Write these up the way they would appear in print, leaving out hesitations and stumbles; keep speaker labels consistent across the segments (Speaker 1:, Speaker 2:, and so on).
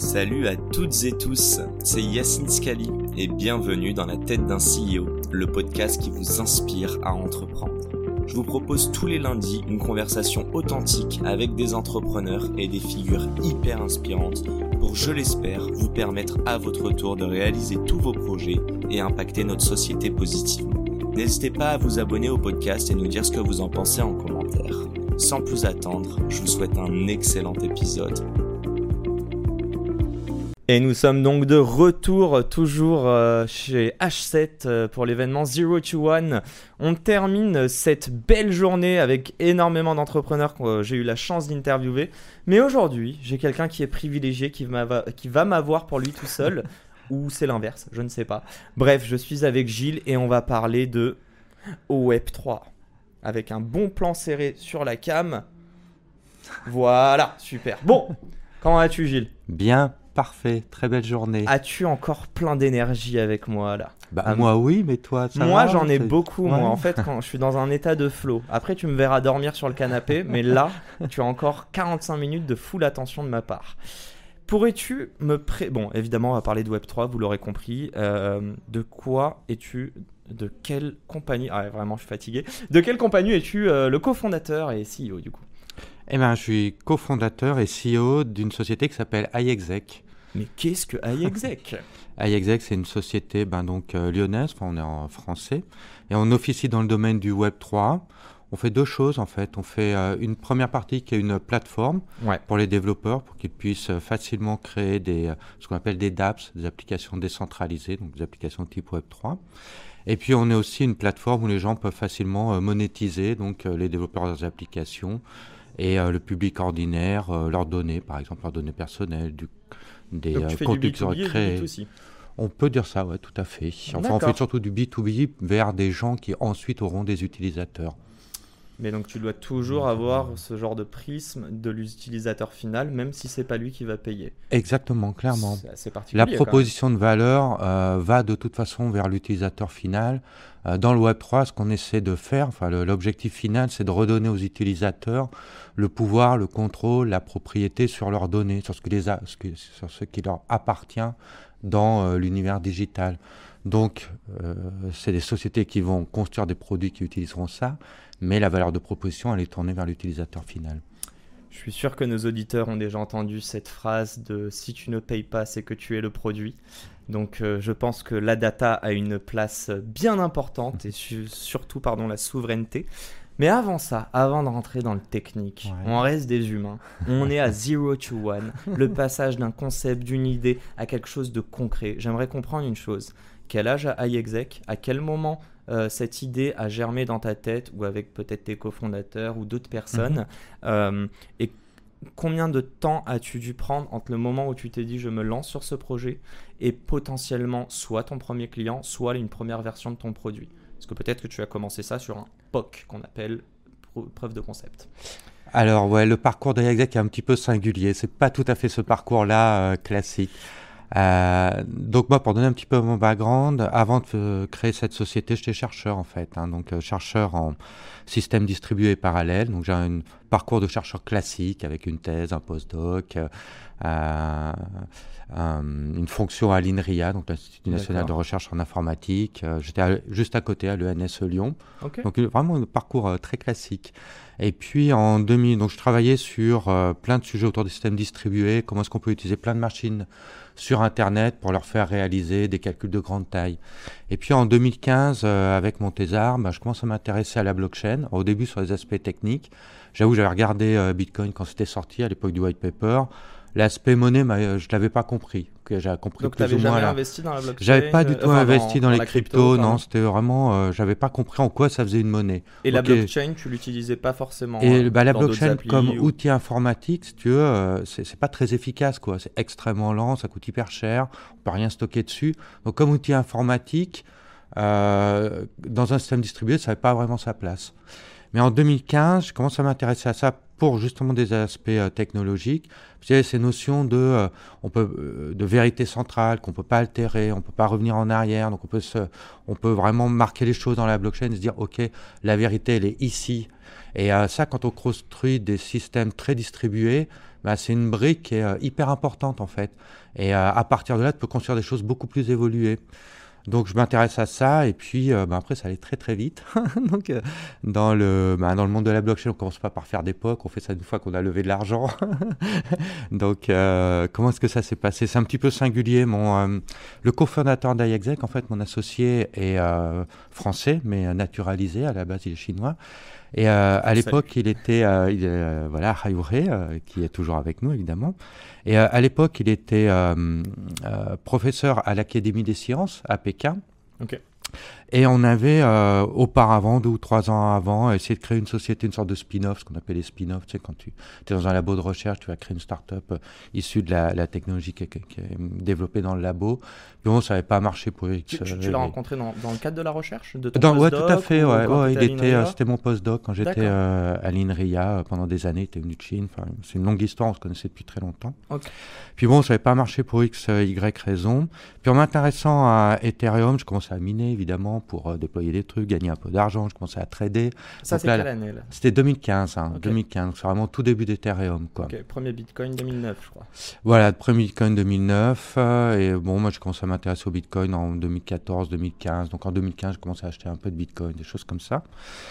Speaker 1: Salut à toutes et tous, c'est Yacine Scali et bienvenue dans la tête d'un CEO, le podcast qui vous inspire à entreprendre. Je vous propose tous les lundis une conversation authentique avec des entrepreneurs et des figures hyper inspirantes pour, je l'espère, vous permettre à votre tour de réaliser tous vos projets et impacter notre société positivement. N'hésitez pas à vous abonner au podcast et nous dire ce que vous en pensez en commentaire. Sans plus attendre, je vous souhaite un excellent épisode. Et nous sommes donc de retour toujours chez H7 pour l'événement Zero to One. On termine cette belle journée avec énormément d'entrepreneurs que j'ai eu la chance d'interviewer. Mais aujourd'hui, j'ai quelqu'un qui est privilégié, qui va m'avoir pour lui tout seul. Ou c'est l'inverse, je ne sais pas. Bref, je suis avec Gilles et on va parler de Web3. Avec un bon plan serré sur la cam. Voilà, super. Bon, comment vas-tu Gilles ?
Speaker 2: Bien. Parfait, très belle journée.
Speaker 1: As-tu encore plein d'énergie avec moi là ?
Speaker 2: Moi oui, mais toi ça
Speaker 1: moi
Speaker 2: va,
Speaker 1: j'en ai
Speaker 2: c'est...
Speaker 1: beaucoup.
Speaker 2: Ouais.
Speaker 1: Moi en fait quand je suis dans un état de flow. Après tu me verras dormir sur le canapé, mais là tu as encore 45 minutes de full attention de ma part. Pourrais-tu me Bon évidemment on va parler de Web3, vous l'aurez compris. De quoi es-tu ? De quelle compagnie ? Ah vraiment je suis fatigué. De quelle compagnie es-tu le cofondateur et CEO du coup ?
Speaker 2: Eh bien, je suis cofondateur et CEO d'une société qui s'appelle iExec.
Speaker 1: Mais qu'est-ce que iExec ?
Speaker 2: iExec, c'est une société lyonnaise, on est en français, et on officie dans le domaine du Web3. On fait deux choses en fait. On fait une première partie qui est une plateforme pour les développeurs, pour qu'ils puissent facilement créer ce qu'on appelle des dApps, des applications décentralisées, donc des applications type Web3. Et puis on est aussi une plateforme où les gens peuvent facilement monétiser, donc les développeurs leurs applications, et le public ordinaire, leurs données, par exemple leurs données personnelles, des contenus qu'ils auraient créés. On peut dire ça, ouais, tout à fait. Enfin, on fait surtout du B2B vers des gens qui ensuite auront des utilisateurs.
Speaker 1: Mais donc tu dois toujours avoir ce genre de prisme de l'utilisateur final, même si c'est pas lui qui va payer.
Speaker 2: Exactement, clairement.
Speaker 1: C'est assez particulier.
Speaker 2: La proposition de valeur va de toute façon vers l'utilisateur final. Dans le Web3, ce qu'on essaie de faire, l'objectif final, c'est de redonner aux utilisateurs le pouvoir, le contrôle, la propriété sur leurs données, sur ce qui leur appartient dans l'univers digital. Donc, c'est des sociétés qui vont construire des produits qui utiliseront ça, mais la valeur de proposition, elle est tournée vers l'utilisateur final.
Speaker 1: Je suis sûr que nos auditeurs ont déjà entendu cette phrase de « si tu ne payes pas, c'est que tu es le produit ». Donc, je pense que la data a une place bien importante et surtout la souveraineté. Mais avant ça, avant de rentrer dans le technique, on reste des humains. On est à Zero to One, le passage d'un concept, d'une idée à quelque chose de concret. J'aimerais comprendre une chose. Quel âge a iExec ? À quel moment cette idée a germé dans ta tête ou avec peut-être tes cofondateurs ou d'autres personnes et combien de temps as-tu dû prendre entre le moment où tu t'es dit je me lance sur ce projet et potentiellement soit ton premier client, soit une première version de ton produit ? Parce que peut-être que tu as commencé ça sur un POC qu'on appelle preuve de concept.
Speaker 2: Alors le parcours d'iExec est un petit peu singulier. C'est pas tout à fait ce parcours-là classique. Donc moi, pour donner un petit peu mon background, avant de créer cette société, j'étais chercheur en fait, donc chercheur en système distribué et parallèle. Donc j'ai un parcours de chercheur classique avec une thèse, un postdoc, une fonction à l'INRIA, donc l'Institut national de recherche en informatique. J'étais juste à côté à l'ENS Lyon. Okay. Donc vraiment un parcours très classique. Et puis en 2000, donc je travaillais sur plein de sujets autour des systèmes distribués, comment est-ce qu'on peut utiliser plein de machines sur Internet pour leur faire réaliser des calculs de grande taille. Et puis en 2015, avec mon thésard, je commence à m'intéresser à la blockchain, au début sur les aspects techniques. J'avoue, j'avais regardé Bitcoin quand c'était sorti, à l'époque du white paper. L'aspect monnaie, je ne l'avais pas compris. J'avais compris.
Speaker 1: Donc, tu n'avais jamais investi dans la blockchain ?
Speaker 2: J'avais pas du tout investi dans les cryptos, non. C'était vraiment, je n'avais pas compris en quoi ça faisait une monnaie.
Speaker 1: Et la blockchain, tu l'utilisais pas forcément ?
Speaker 2: Et la blockchain, comme outil informatique, si tu veux, c'est pas très efficace, quoi. C'est extrêmement lent, ça coûte hyper cher, on peut rien stocker dessus. Donc, comme outil informatique, dans un système distribué, ça n'avait pas vraiment sa place. Mais en 2015, je commence à m'intéresser à ça pour justement des aspects technologiques. Parce qu'il y avait ces notions de vérité centrale qu'on ne peut pas altérer, on ne peut pas revenir en arrière. Donc on peut vraiment marquer les choses dans la blockchain et se dire, OK, la vérité, elle est ici. Et ça, quand on construit des systèmes très distribués, bah, c'est une brique qui est hyper importante en fait. Et à partir de là, tu peux construire des choses beaucoup plus évoluées. Donc je m'intéresse à ça et puis après ça allait très très vite. Donc dans le monde de la blockchain, on commence pas par faire des POC, on fait ça une fois qu'on a levé de l'argent. Donc comment est-ce que ça s'est passé? C'est un petit peu singulier. Le cofondateur d'iExec, en fait, mon associé est français mais naturalisé, à la base il est chinois. Et à l'époque, il était voilà, Haïuré, qui est toujours avec nous évidemment. Et à l'époque, il était professeur à l'Académie des sciences à Pékin.
Speaker 1: Ok.
Speaker 2: Et on avait auparavant, 2 ou 3 ans avant, essayé de créer une société, une sorte de spin-off, ce qu'on appelle les spin-offs. Tu sais, quand tu es dans un labo de recherche, tu vas créer une start-up issue de la technologie qui est développée dans le labo. Puis bon, ça n'avait pas marché pour X.
Speaker 1: Tu l'as rencontré dans le cadre de la recherche de ton
Speaker 2: ouais,
Speaker 1: postdoc,
Speaker 2: tout à fait. Ouais, c'était mon postdoc quand j'étais
Speaker 1: D'accord.
Speaker 2: à l'INRIA pendant des années. Il était venu de Chine. Enfin, c'est une longue histoire, on se connaissait depuis très longtemps.
Speaker 1: Ok.
Speaker 2: Puis bon, ça n'avait pas marché pour X, Y raison. Puis en m'intéressant à Ethereum, je commençais à miner évidemment pour déployer des trucs, gagner un peu d'argent. Je commençais à trader.
Speaker 1: Ça, c'est quelle année là?
Speaker 2: C'était 2015,
Speaker 1: Ok.
Speaker 2: 2015. C'est vraiment tout début d'Ethereum, quoi.
Speaker 1: Ok, premier Bitcoin 2009, je crois.
Speaker 2: Voilà, premier Bitcoin 2009. Et bon, moi, je commençais à m'intéresser au Bitcoin en 2014, 2015. Donc en 2015, je commençais à acheter un peu de Bitcoin, des choses comme ça.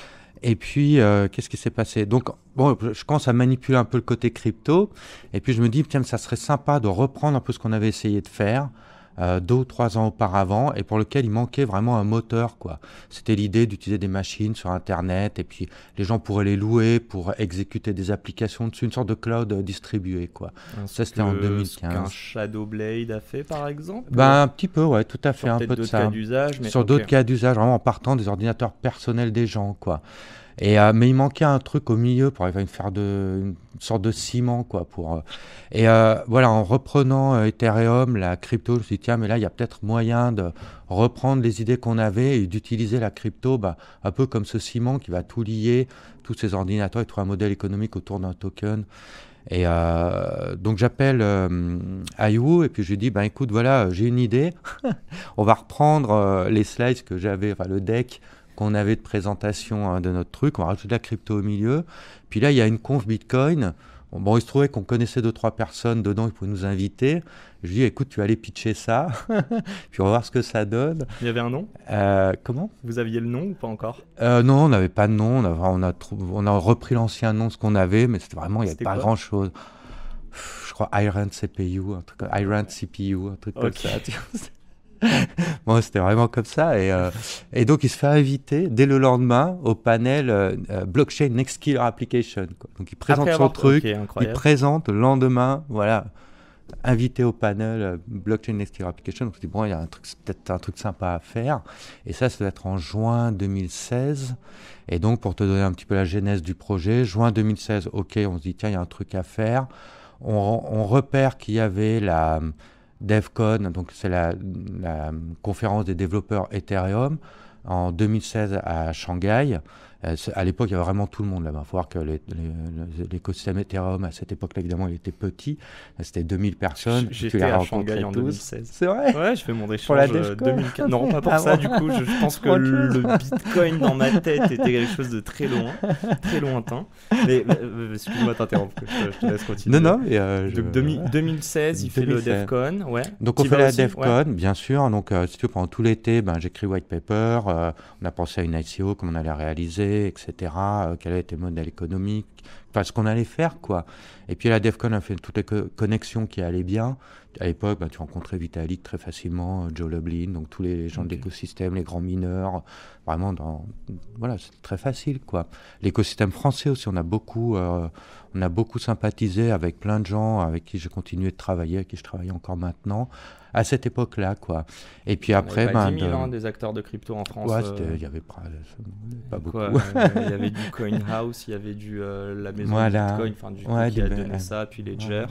Speaker 2: Et puis, qu'est-ce qui s'est passé? Donc, bon, je commence à manipuler un peu le côté crypto. Et puis, je me dis, tiens, ça serait sympa de reprendre un peu ce qu'on avait essayé de faire 2 ou 3 ans auparavant et pour lequel il manquait vraiment un moteur, quoi. C'était l'idée d'utiliser des machines sur Internet et puis les gens pourraient les louer pour exécuter des applications dessus, une sorte de cloud distribué, quoi. Ça, c'était en 2015.
Speaker 1: Ce qu'un Shadowblade a fait, par exemple?
Speaker 2: Ben, un petit peu, ouais, tout à fait,
Speaker 1: Sur
Speaker 2: un peu de
Speaker 1: d'autres
Speaker 2: ça.
Speaker 1: cas d'usage, mais
Speaker 2: Sur d'autres cas d'usage, vraiment en partant des ordinateurs personnels des gens, quoi. Et, mais il manquait un truc au milieu pour arriver à faire une sorte de ciment, quoi. Et voilà, en reprenant Ethereum, la crypto, je me suis dit, tiens, mais là, il y a peut-être moyen de reprendre les idées qu'on avait et d'utiliser la crypto un peu comme ce ciment qui va tout lier, tous ces ordinateurs et tout un modèle économique autour d'un token. Et donc j'appelle Ayu et puis je lui dis, écoute, voilà, j'ai une idée. On va reprendre les slides que j'avais, enfin le deck qu'on avait de présentation de notre truc, on va rajouter de la crypto au milieu. Puis là, il y a une conf Bitcoin. Bon, il se trouvait qu'on connaissait 2-3 personnes dedans, ils pouvaient nous inviter. Je lui dis, écoute, tu vas aller pitcher ça, puis on va voir ce que ça donne.
Speaker 1: Il y avait un nom?
Speaker 2: Comment?
Speaker 1: Vous aviez le nom ou pas encore?
Speaker 2: Non, on n'avait pas de nom. On a repris l'ancien nom, ce qu'on avait, mais c'était vraiment, il n'y avait pas grand-chose. Je crois Iron CPU, un truc comme ça. Bon, c'était vraiment comme ça. Et donc, il se fait inviter dès le lendemain au panel Blockchain Next Killer Application, quoi. Donc, il présente son truc, il présente le lendemain, voilà, invité au panel Blockchain Next Killer Application. Donc, je dis, bon, il y a c'est peut-être un truc sympa à faire. Et ça doit être en juin 2016. Et donc, pour te donner un petit peu la genèse du projet, juin 2016, OK, on se dit, tiens, il y a un truc à faire. On repère qu'il y avait la DevCon, donc c'est la conférence des développeurs Ethereum en 2016 à Shanghai. À l'époque, il y avait vraiment tout le monde là-bas. Il faut voir que l'écosystème Ethereum, à cette époque-là, évidemment, il était petit. C'était 2000 personnes.
Speaker 1: J'étais à Shanghai en 2016.
Speaker 2: C'est vrai?
Speaker 1: Ouais, je fais mon échange
Speaker 2: pour la DevCon
Speaker 1: 2015. Non, pas pour ça, du coup. Je pense que le Bitcoin dans ma tête était quelque chose de très loin, très lointain. Mais excuse-moi de t'interrompre, je te laisse continuer.
Speaker 2: Non, mais...
Speaker 1: Donc 2016, il fait le DevCon, ouais.
Speaker 2: Donc on fait la DevCon, bien sûr. Donc si tu veux, pendant tout l'été, j'écris white paper. On a pensé à une ICO, comment on allait réaliser, etc. Quel était le modèle économique, enfin ce qu'on allait faire, quoi. Et puis la DevCon a fait toutes les connexions qui allaient bien. À l'époque, tu rencontrais Vitalik très facilement, Joe Lublin, donc tous les gens de l'écosystème, les grands mineurs, vraiment voilà, c'est très facile, quoi. L'écosystème français aussi, on a beaucoup sympathisé avec plein de gens avec qui j'ai continué de travailler, avec qui je travaille encore maintenant, à cette époque-là, quoi. Et puis après,
Speaker 1: 10 000 des acteurs de crypto en France.
Speaker 2: Ouais, il y avait pas beaucoup.
Speaker 1: Il y avait du Coin House, il y avait la maison de Bitcoin, enfin du qui a donné ça, puis Ledger.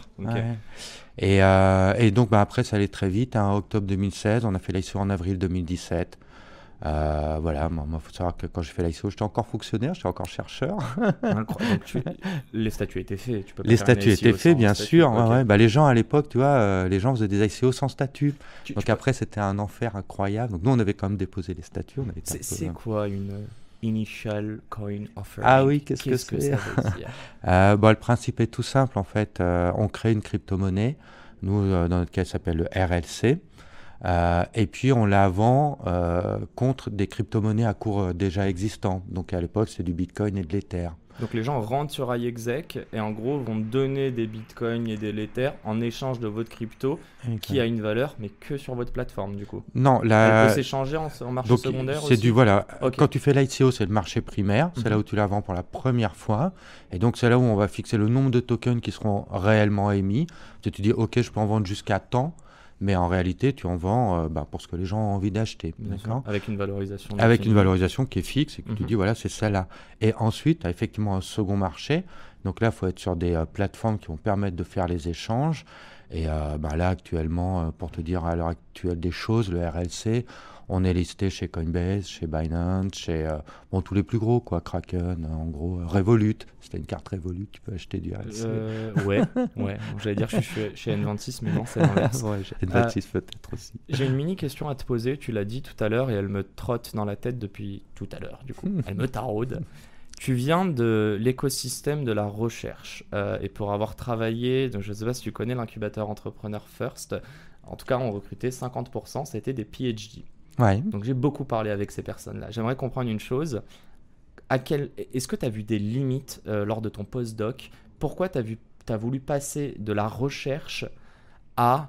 Speaker 2: Et donc après, ça allait très vite. En octobre 2016, on a fait l'ICO en avril 2017. Voilà, moi, faut savoir que quand j'ai fait l'ICO, j'étais encore fonctionnaire, j'étais encore chercheur.
Speaker 1: Incroyable. Les statuts étaient faits. Tu peux pas
Speaker 2: Les
Speaker 1: faire une
Speaker 2: statuts étaient
Speaker 1: ICO
Speaker 2: faits,
Speaker 1: sans
Speaker 2: bien
Speaker 1: statut.
Speaker 2: sûr.
Speaker 1: Ok.
Speaker 2: Ouais. Bah, les gens à l'époque, tu vois, les gens faisaient des ICO sans statut.
Speaker 1: Tu
Speaker 2: Donc
Speaker 1: peux-
Speaker 2: après, c'était un enfer incroyable. Donc nous, on avait quand même déposé les statuts. On avait été un peu-
Speaker 1: C'est quoi une initial coin offering?
Speaker 2: Ah oui, qu'est-ce que
Speaker 1: ça
Speaker 2: c'est
Speaker 1: veut dire?
Speaker 2: Le principe est tout simple en fait. On crée une crypto-monnaie, nous dans notre cas ça s'appelle le RLC, et puis on la vend contre des crypto-monnaies à cours déjà existants. Donc à l'époque c'est du Bitcoin et de l'Ether.
Speaker 1: Donc les gens rentrent sur iExec et en gros vont donner des bitcoins et des l'Ether en échange de votre crypto qui a une valeur mais que sur votre plateforme du coup.
Speaker 2: Non,
Speaker 1: Elle peut s'échanger en marché
Speaker 2: donc
Speaker 1: secondaire
Speaker 2: c'est
Speaker 1: aussi.
Speaker 2: voilà.
Speaker 1: Ok.
Speaker 2: Quand tu fais l'ICO, c'est le marché primaire, c'est là où tu la vends pour la première fois, et donc c'est là où on va fixer le nombre de tokens qui seront réellement émis. Tu te dis ok, je peux en vendre jusqu'à tant. Mais en réalité, tu en vends pour ce que les gens ont envie d'acheter. D'accord ?
Speaker 1: Avec une valorisation.
Speaker 2: Avec une valorisation qui est fixe et que tu dis, voilà, c'est celle-là. Et ensuite, tu as effectivement un second marché. Donc là, il faut être sur des plateformes qui vont permettre de faire les échanges. Et là, actuellement, pour te dire à l'heure actuelle des choses, le RLC, on est listé chez Coinbase, chez Binance, chez tous les plus gros, quoi, Kraken, en gros, Revolut. C'était une carte Revolut, tu peux acheter du RLC.
Speaker 1: Ouais. J'allais dire que je suis chez N26, mais non, c'est l'inverse.
Speaker 2: Ouais, chez N26 peut-être aussi.
Speaker 1: J'ai une mini question à te poser, tu l'as dit tout à l'heure et elle me trotte dans la tête depuis tout à l'heure, du coup. Elle me taraude. Tu viens de l'écosystème de la recherche et pour avoir travaillé, donc je ne sais pas si tu connais l'incubateur Entrepreneur First, en tout cas on recrutait 50%, c'était des PhD.
Speaker 2: Ouais.
Speaker 1: Donc j'ai beaucoup parlé avec ces personnes-là. J'aimerais comprendre une chose, est-ce que tu as vu des limites lors de ton postdoc? Pourquoi tu as voulu passer de la recherche à,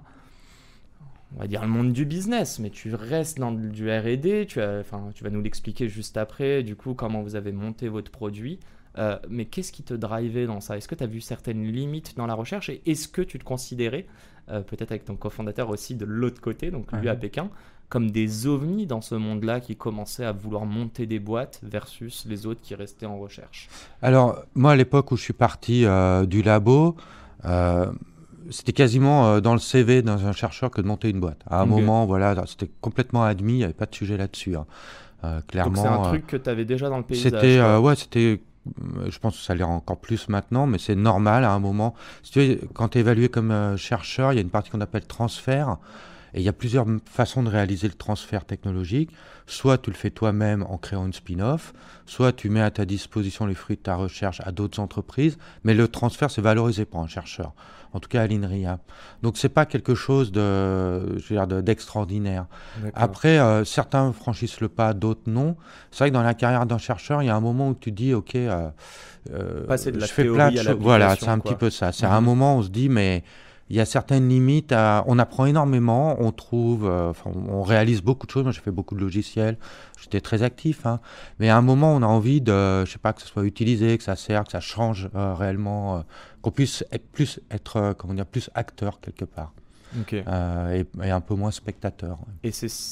Speaker 1: on va dire, le monde du business, mais tu restes dans du R&D, tu vas nous l'expliquer juste après, du coup, comment vous avez monté votre produit. Mais qu'est-ce qui te drivait dans ça? Est-ce que tu as vu certaines limites dans la recherche et est-ce que tu te considérais, peut-être avec ton cofondateur aussi de l'autre côté, donc lui à Pékin, comme des ovnis dans ce monde-là qui commençaient à vouloir monter des boîtes versus les autres qui restaient en recherche?
Speaker 2: Alors, moi, à l'époque où je suis parti du labo, c'était quasiment dans le CV d'un chercheur que de monter une boîte. À un moment, voilà, c'était complètement admis, il n'y avait pas de sujet là-dessus. Clairement.
Speaker 1: Donc c'est un truc que tu avais déjà dans le paysage.
Speaker 2: C'était, je pense que ça l'est encore plus maintenant, mais c'est normal à un moment. Si tu veux, quand tu es évalué comme chercheur, il y a une partie qu'on appelle transfert. Et il y a plusieurs façons de réaliser le transfert technologique. Soit tu le fais toi-même en créant une spin-off, soit tu mets à ta disposition les fruits de ta recherche à d'autres entreprises, mais le transfert, c'est valorisé par un chercheur, en tout cas à l'INRIA. Donc, c'est pas quelque chose d'extraordinaire. Après, certains franchissent le pas, d'autres non. C'est vrai que dans la carrière d'un chercheur, il y a un moment où tu te dis, OK,
Speaker 1: passer de la
Speaker 2: je fais
Speaker 1: théorie
Speaker 2: plein
Speaker 1: à
Speaker 2: de choses.
Speaker 1: l'application.
Speaker 2: Voilà, c'est un petit peu ça. C'est un moment où on se dit, mais il y a certaines limites, on apprend énormément, on trouve, on réalise beaucoup de choses. Moi, j'ai fait beaucoup de logiciels, j'étais très actif, mais à un moment, on a envie de, je sais pas, que ça soit utilisé, que ça sert, que ça change réellement, qu'on puisse être plus acteur quelque part, et un peu moins spectateur.
Speaker 1: Et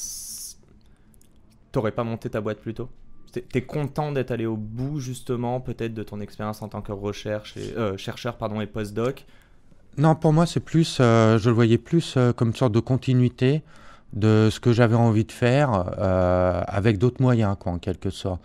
Speaker 1: t'aurais pas monté ta boîte plus tôt? T'es content d'être allé au bout justement, peut-être de ton expérience en tant que chercheur et postdoc?
Speaker 2: Non, pour moi, c'est plus, je le voyais plus comme une sorte de continuité de ce que j'avais envie de faire avec d'autres moyens, quoi, en quelque sorte.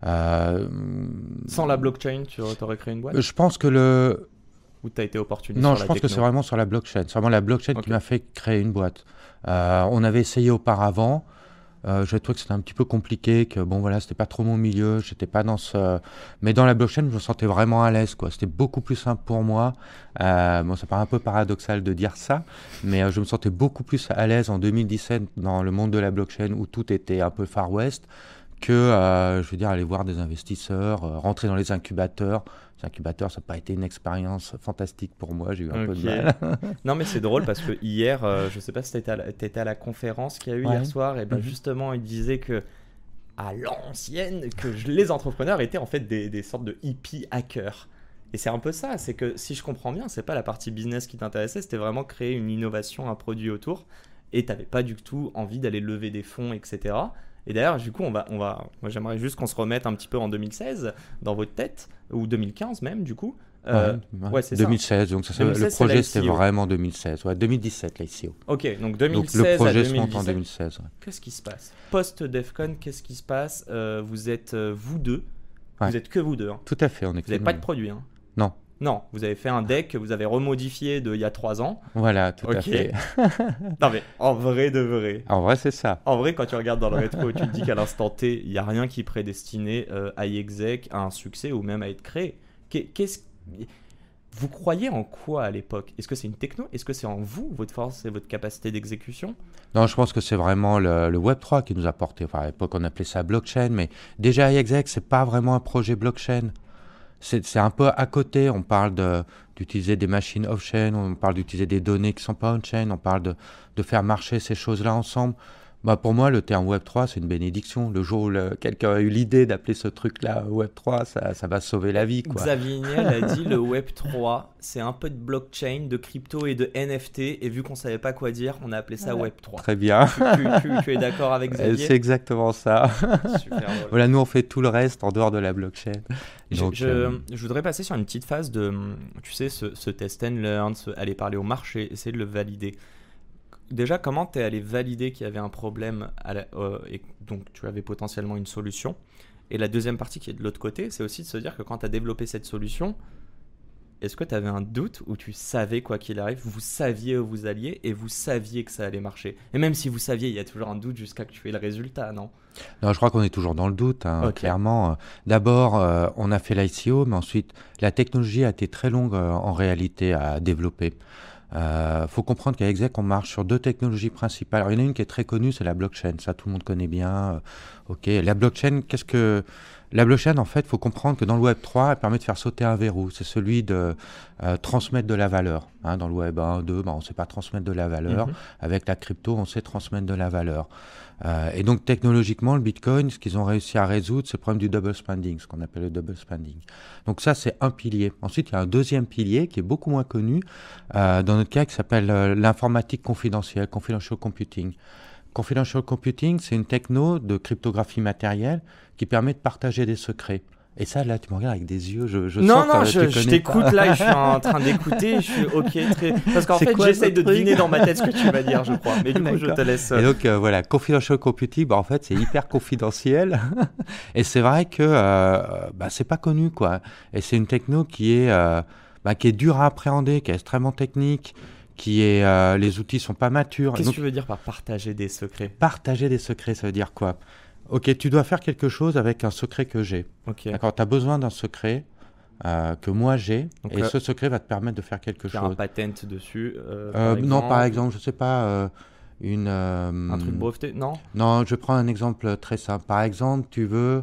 Speaker 1: Sans la blockchain, tu aurais créé une boîte?
Speaker 2: Je pense que
Speaker 1: Ou tu as été opportuniste
Speaker 2: Non,
Speaker 1: sur
Speaker 2: je
Speaker 1: la
Speaker 2: pense
Speaker 1: techno?
Speaker 2: que c'est vraiment sur la blockchain. C'est vraiment la blockchain qui m'a fait créer une boîte. On avait essayé auparavant. Je trouvais que c'était un petit peu compliqué, que bon voilà, c'était pas trop mon milieu, j'étais pas dans ce... Mais dans la blockchain, je me sentais vraiment à l'aise, quoi. C'était beaucoup plus simple pour moi. Bon, ça paraît un peu paradoxal de dire ça, mais je me sentais beaucoup plus à l'aise en 2017 dans le monde de la blockchain où tout était un peu Far West que, je veux dire, aller voir des investisseurs, rentrer dans les incubateurs. Les incubateurs, ça n'a pas été une expérience fantastique pour moi, j'ai eu un peu de mal.
Speaker 1: Non, mais c'est drôle parce que hier, je ne sais pas si tu étais à la conférence qu'il y a eu hier soir, et ben justement, il disait que à l'ancienne, que les entrepreneurs étaient en fait des sortes de hippie hackers. Et c'est un peu ça, c'est que si je comprends bien, c'est pas la partie business qui t'intéressait, c'était vraiment créer une innovation, un produit autour, et tu n'avais pas du tout envie d'aller lever des fonds, etc. Et d'ailleurs, du coup, moi j'aimerais juste qu'on se remette un petit peu en 2016 dans votre tête, ou 2015 même, du coup.
Speaker 2: Ouais, c'est 2016, ça. Donc 2016, le projet c'était vraiment 2016, 2017 l'ICO.
Speaker 1: Ok, donc 2016
Speaker 2: donc le projet
Speaker 1: à
Speaker 2: se
Speaker 1: 2017,
Speaker 2: monte en 2016. Ouais.
Speaker 1: Qu'est-ce qui se passe post-DEFCON, qu'est-ce qui se passe? Vous êtes vous deux, vous êtes que vous deux. Hein.
Speaker 2: Tout à fait, on est.
Speaker 1: Vous n'avez pas de produit. Hein.
Speaker 2: Non.
Speaker 1: Non, vous avez fait un deck que vous avez remodifié d'il y a 3 ans.
Speaker 2: Voilà, tout à fait.
Speaker 1: Non mais en vrai de vrai.
Speaker 2: En vrai, c'est ça.
Speaker 1: En vrai, quand tu regardes dans le rétro, tu te dis qu'à l'instant T, il n'y a rien qui prédestinait iExec à un succès ou même à être créé. Vous croyez en quoi à l'époque? Est-ce que c'est une techno? Est-ce que c'est en vous, votre force et votre capacité d'exécution?
Speaker 2: Non, je pense que c'est vraiment le Web3 qui nous a porté. Enfin, à l'époque, on appelait ça blockchain, mais déjà iExec, c'est pas vraiment un projet blockchain. C'est un peu à côté. On parle d'utiliser des machines off-chain, on parle d'utiliser des données qui ne sont pas on-chain, on parle de faire marcher ces choses-là ensemble. Bah pour moi, le terme Web3, c'est une bénédiction. Le jour où quelqu'un a eu l'idée d'appeler ce truc-là Web3, ça va sauver la vie, quoi.
Speaker 1: Xavier Niel a dit le Web3, c'est un peu de blockchain, de crypto et de NFT. Et vu qu'on ne savait pas quoi dire, on a appelé ça Web3.
Speaker 2: Très bien.
Speaker 1: Tu es d'accord avec Xavier?
Speaker 2: C'est exactement ça.
Speaker 1: Super drôle.
Speaker 2: Voilà, nous, on fait tout le reste en dehors de la blockchain. Donc,
Speaker 1: je voudrais passer sur une petite phase de, tu sais, ce test and learn, aller parler au marché, essayer de le valider. Déjà, comment tu es allé valider qu'il y avait un problème et donc tu avais potentiellement une solution? Et la deuxième partie qui est de l'autre côté, c'est aussi de se dire que quand tu as développé cette solution, est-ce que tu avais un doute ou tu savais quoi qu'il arrive, vous saviez où vous alliez et vous saviez que ça allait marcher? Et même si vous saviez, il y a toujours un doute jusqu'à que tu aies le résultat, non?
Speaker 2: Non, je crois qu'on est toujours dans le doute, hein, clairement. D'abord, on a fait l'ICO, mais ensuite, la technologie a été très longue en réalité à développer. Faut comprendre qu'à Exec, on marche sur 2 technologies principales. Alors, il y en a une qui est très connue, c'est la blockchain. Ça, tout le monde connaît bien. La blockchain, la blockchain, en fait, il faut comprendre que dans le Web 3, elle permet de faire sauter un verrou. C'est celui de transmettre de la valeur. Hein, dans le Web 1, 2, on ne sait pas transmettre de la valeur. Avec la crypto, on sait transmettre de la valeur. Et donc, technologiquement, le Bitcoin, ce qu'ils ont réussi à résoudre, c'est le problème du double spending, ce qu'on appelle le double spending. Donc ça, c'est un pilier. Ensuite, il y a un deuxième pilier qui est beaucoup moins connu, dans notre cas, qui s'appelle l'informatique confidentielle, confidential computing. Confidential computing, c'est une techno de cryptographie matérielle qui permet de partager des secrets. Et ça, là, tu me regardes avec des yeux, je
Speaker 1: non,
Speaker 2: sens que
Speaker 1: je t'écoute là, je suis en train d'écouter, je suis ok, parce qu'en fait, j'essaye de deviner dans ma tête ce que tu vas dire, je crois. Mais du coup, je te laisse...
Speaker 2: Et donc, voilà, confidential computing, en fait, c'est hyper confidentiel. Et c'est vrai que c'est pas connu, quoi. Et c'est une techno qui est dure à appréhender, qui est extrêmement technique, les outils sont pas matures.
Speaker 1: Qu'est-ce que tu veux dire par partager des secrets?
Speaker 2: Partager des secrets, ça veut dire quoi? Ok, tu dois faire quelque chose avec un secret que j'ai.
Speaker 1: Okay.
Speaker 2: D'accord, tu as besoin d'un secret que moi j'ai, donc, et ce secret va te permettre de faire quelque chose.
Speaker 1: Il y a un patent dessus
Speaker 2: non, par exemple, je sais pas,
Speaker 1: un truc breveté, non?
Speaker 2: Non, je prends un exemple très simple. Par exemple, tu veux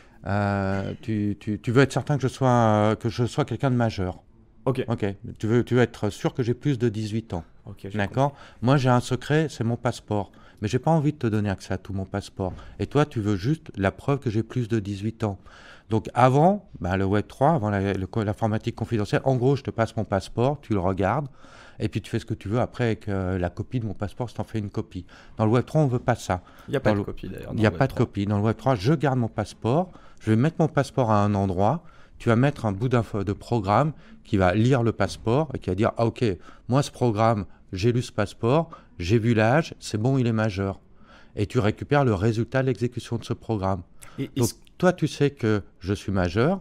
Speaker 2: être certain que je sois quelqu'un de majeur.
Speaker 1: Ok.
Speaker 2: Tu veux être sûr que j'ai plus de 18 ans. D'accord. Moi, j'ai un secret, c'est mon passeport. Mais j'ai pas envie de te donner accès à tout mon passeport. Et toi, tu veux juste la preuve que j'ai plus de 18 ans. Donc avant, le Web3, avant l'informatique confidentielle, en gros, je te passe mon passeport, tu le regardes, et puis tu fais ce que tu veux après avec la copie de mon passeport, si tu en fais une copie. Dans le Web3, on veut pas ça.
Speaker 1: Il n'y a pas de copie d'ailleurs.
Speaker 2: Il n'y a pas de copie. Dans le Web3, je garde mon passeport, je vais mettre mon passeport à un endroit, tu vas mettre un bout de programme qui va lire le passeport et qui va dire « Ah ok, moi ce programme, j'ai lu ce passeport, j'ai vu l'âge, c'est bon, il est majeur. » Et tu récupères le résultat de l'exécution de ce programme. Donc toi, tu sais que je suis majeur.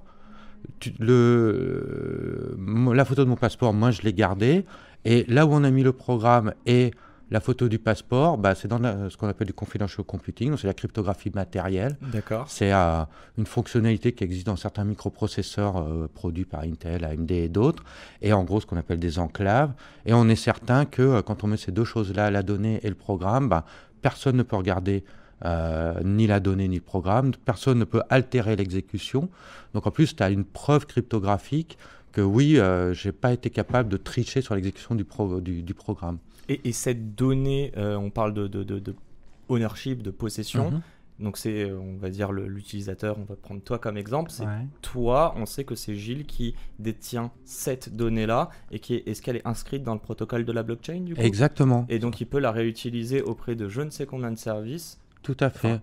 Speaker 2: La photo de mon passeport, moi, je l'ai gardée. Et là où on a mis le programme et la photo du passeport, c'est dans ce qu'on appelle du confidential computing, donc c'est la cryptographie matérielle.
Speaker 1: D'accord.
Speaker 2: C'est une fonctionnalité qui existe dans certains microprocesseurs produits par Intel, AMD et d'autres, et en gros ce qu'on appelle des enclaves. Et on est certain que quand on met ces deux choses-là, la donnée et le programme, personne ne peut regarder ni la donnée ni le programme, personne ne peut altérer l'exécution. Donc en plus, tu as une preuve cryptographique que oui, je n'ai pas été capable de tricher sur l'exécution du programme.
Speaker 1: Et cette donnée, on parle de ownership, de possession. Donc c'est, on va dire, l'utilisateur, on va prendre toi comme exemple. C'est toi, on sait que c'est Gilles qui détient cette donnée-là et est-ce qu'elle est inscrite dans le protocole de la blockchain du coup?
Speaker 2: Exactement.
Speaker 1: Et donc il peut la réutiliser auprès de je ne sais combien de services.
Speaker 2: Tout à fait.
Speaker 1: Enfin,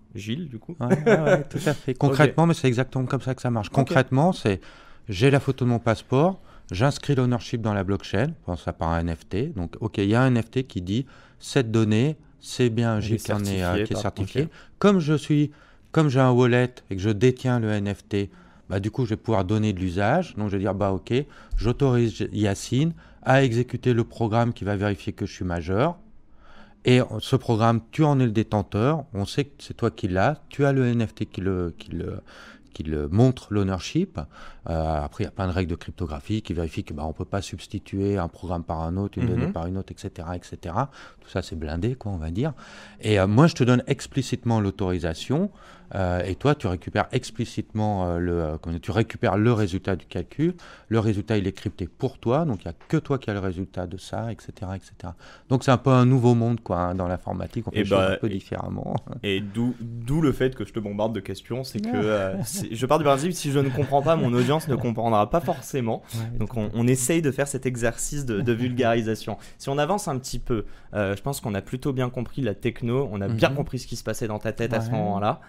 Speaker 1: Gilles, du coup.
Speaker 2: Ouais, tout à fait. Concrètement, mais c'est exactement comme ça que ça marche. Concrètement, c'est j'ai la photo de mon passeport, j'inscris l'ownership dans la blockchain, ça par un NFT. Donc, OK, il y a un NFT qui dit cette donnée, c'est bien un Gilles qui est certifié. Comme j'ai un wallet et que je détiens le NFT, du coup, je vais pouvoir donner de l'usage. Donc, je vais dire, OK, j'autorise Yacine à exécuter le programme qui va vérifier que je suis majeur. Et ce programme, tu en es le détenteur, on sait que c'est toi qui l'as, tu as le NFT qui le montre l'ownership. Après, il y a plein de règles de cryptographie qui vérifient que on ne peut pas substituer un programme par un autre, une donnée par une autre, etc., etc. Tout ça, c'est blindé, quoi, on va dire. Et moi, je te donne explicitement l'autorisation. Et toi, tu récupères explicitement tu récupères le résultat du calcul. Le résultat, il est crypté pour toi, donc il n'y a que toi qui as le résultat de ça, etc., etc. Donc c'est un peu un nouveau monde, quoi, dans l'informatique. On fait les choses un peu différemment.
Speaker 1: Et d'où le fait que je te bombarde de questions, c'est que je pars du principe, si je ne comprends pas, mon audience ne comprendra pas forcément. Donc on essaye de faire cet exercice de vulgarisation. Si on avance un petit peu, je pense qu'on a plutôt bien compris la techno, on a bien compris ce qui se passait dans ta tête à ce moment-là.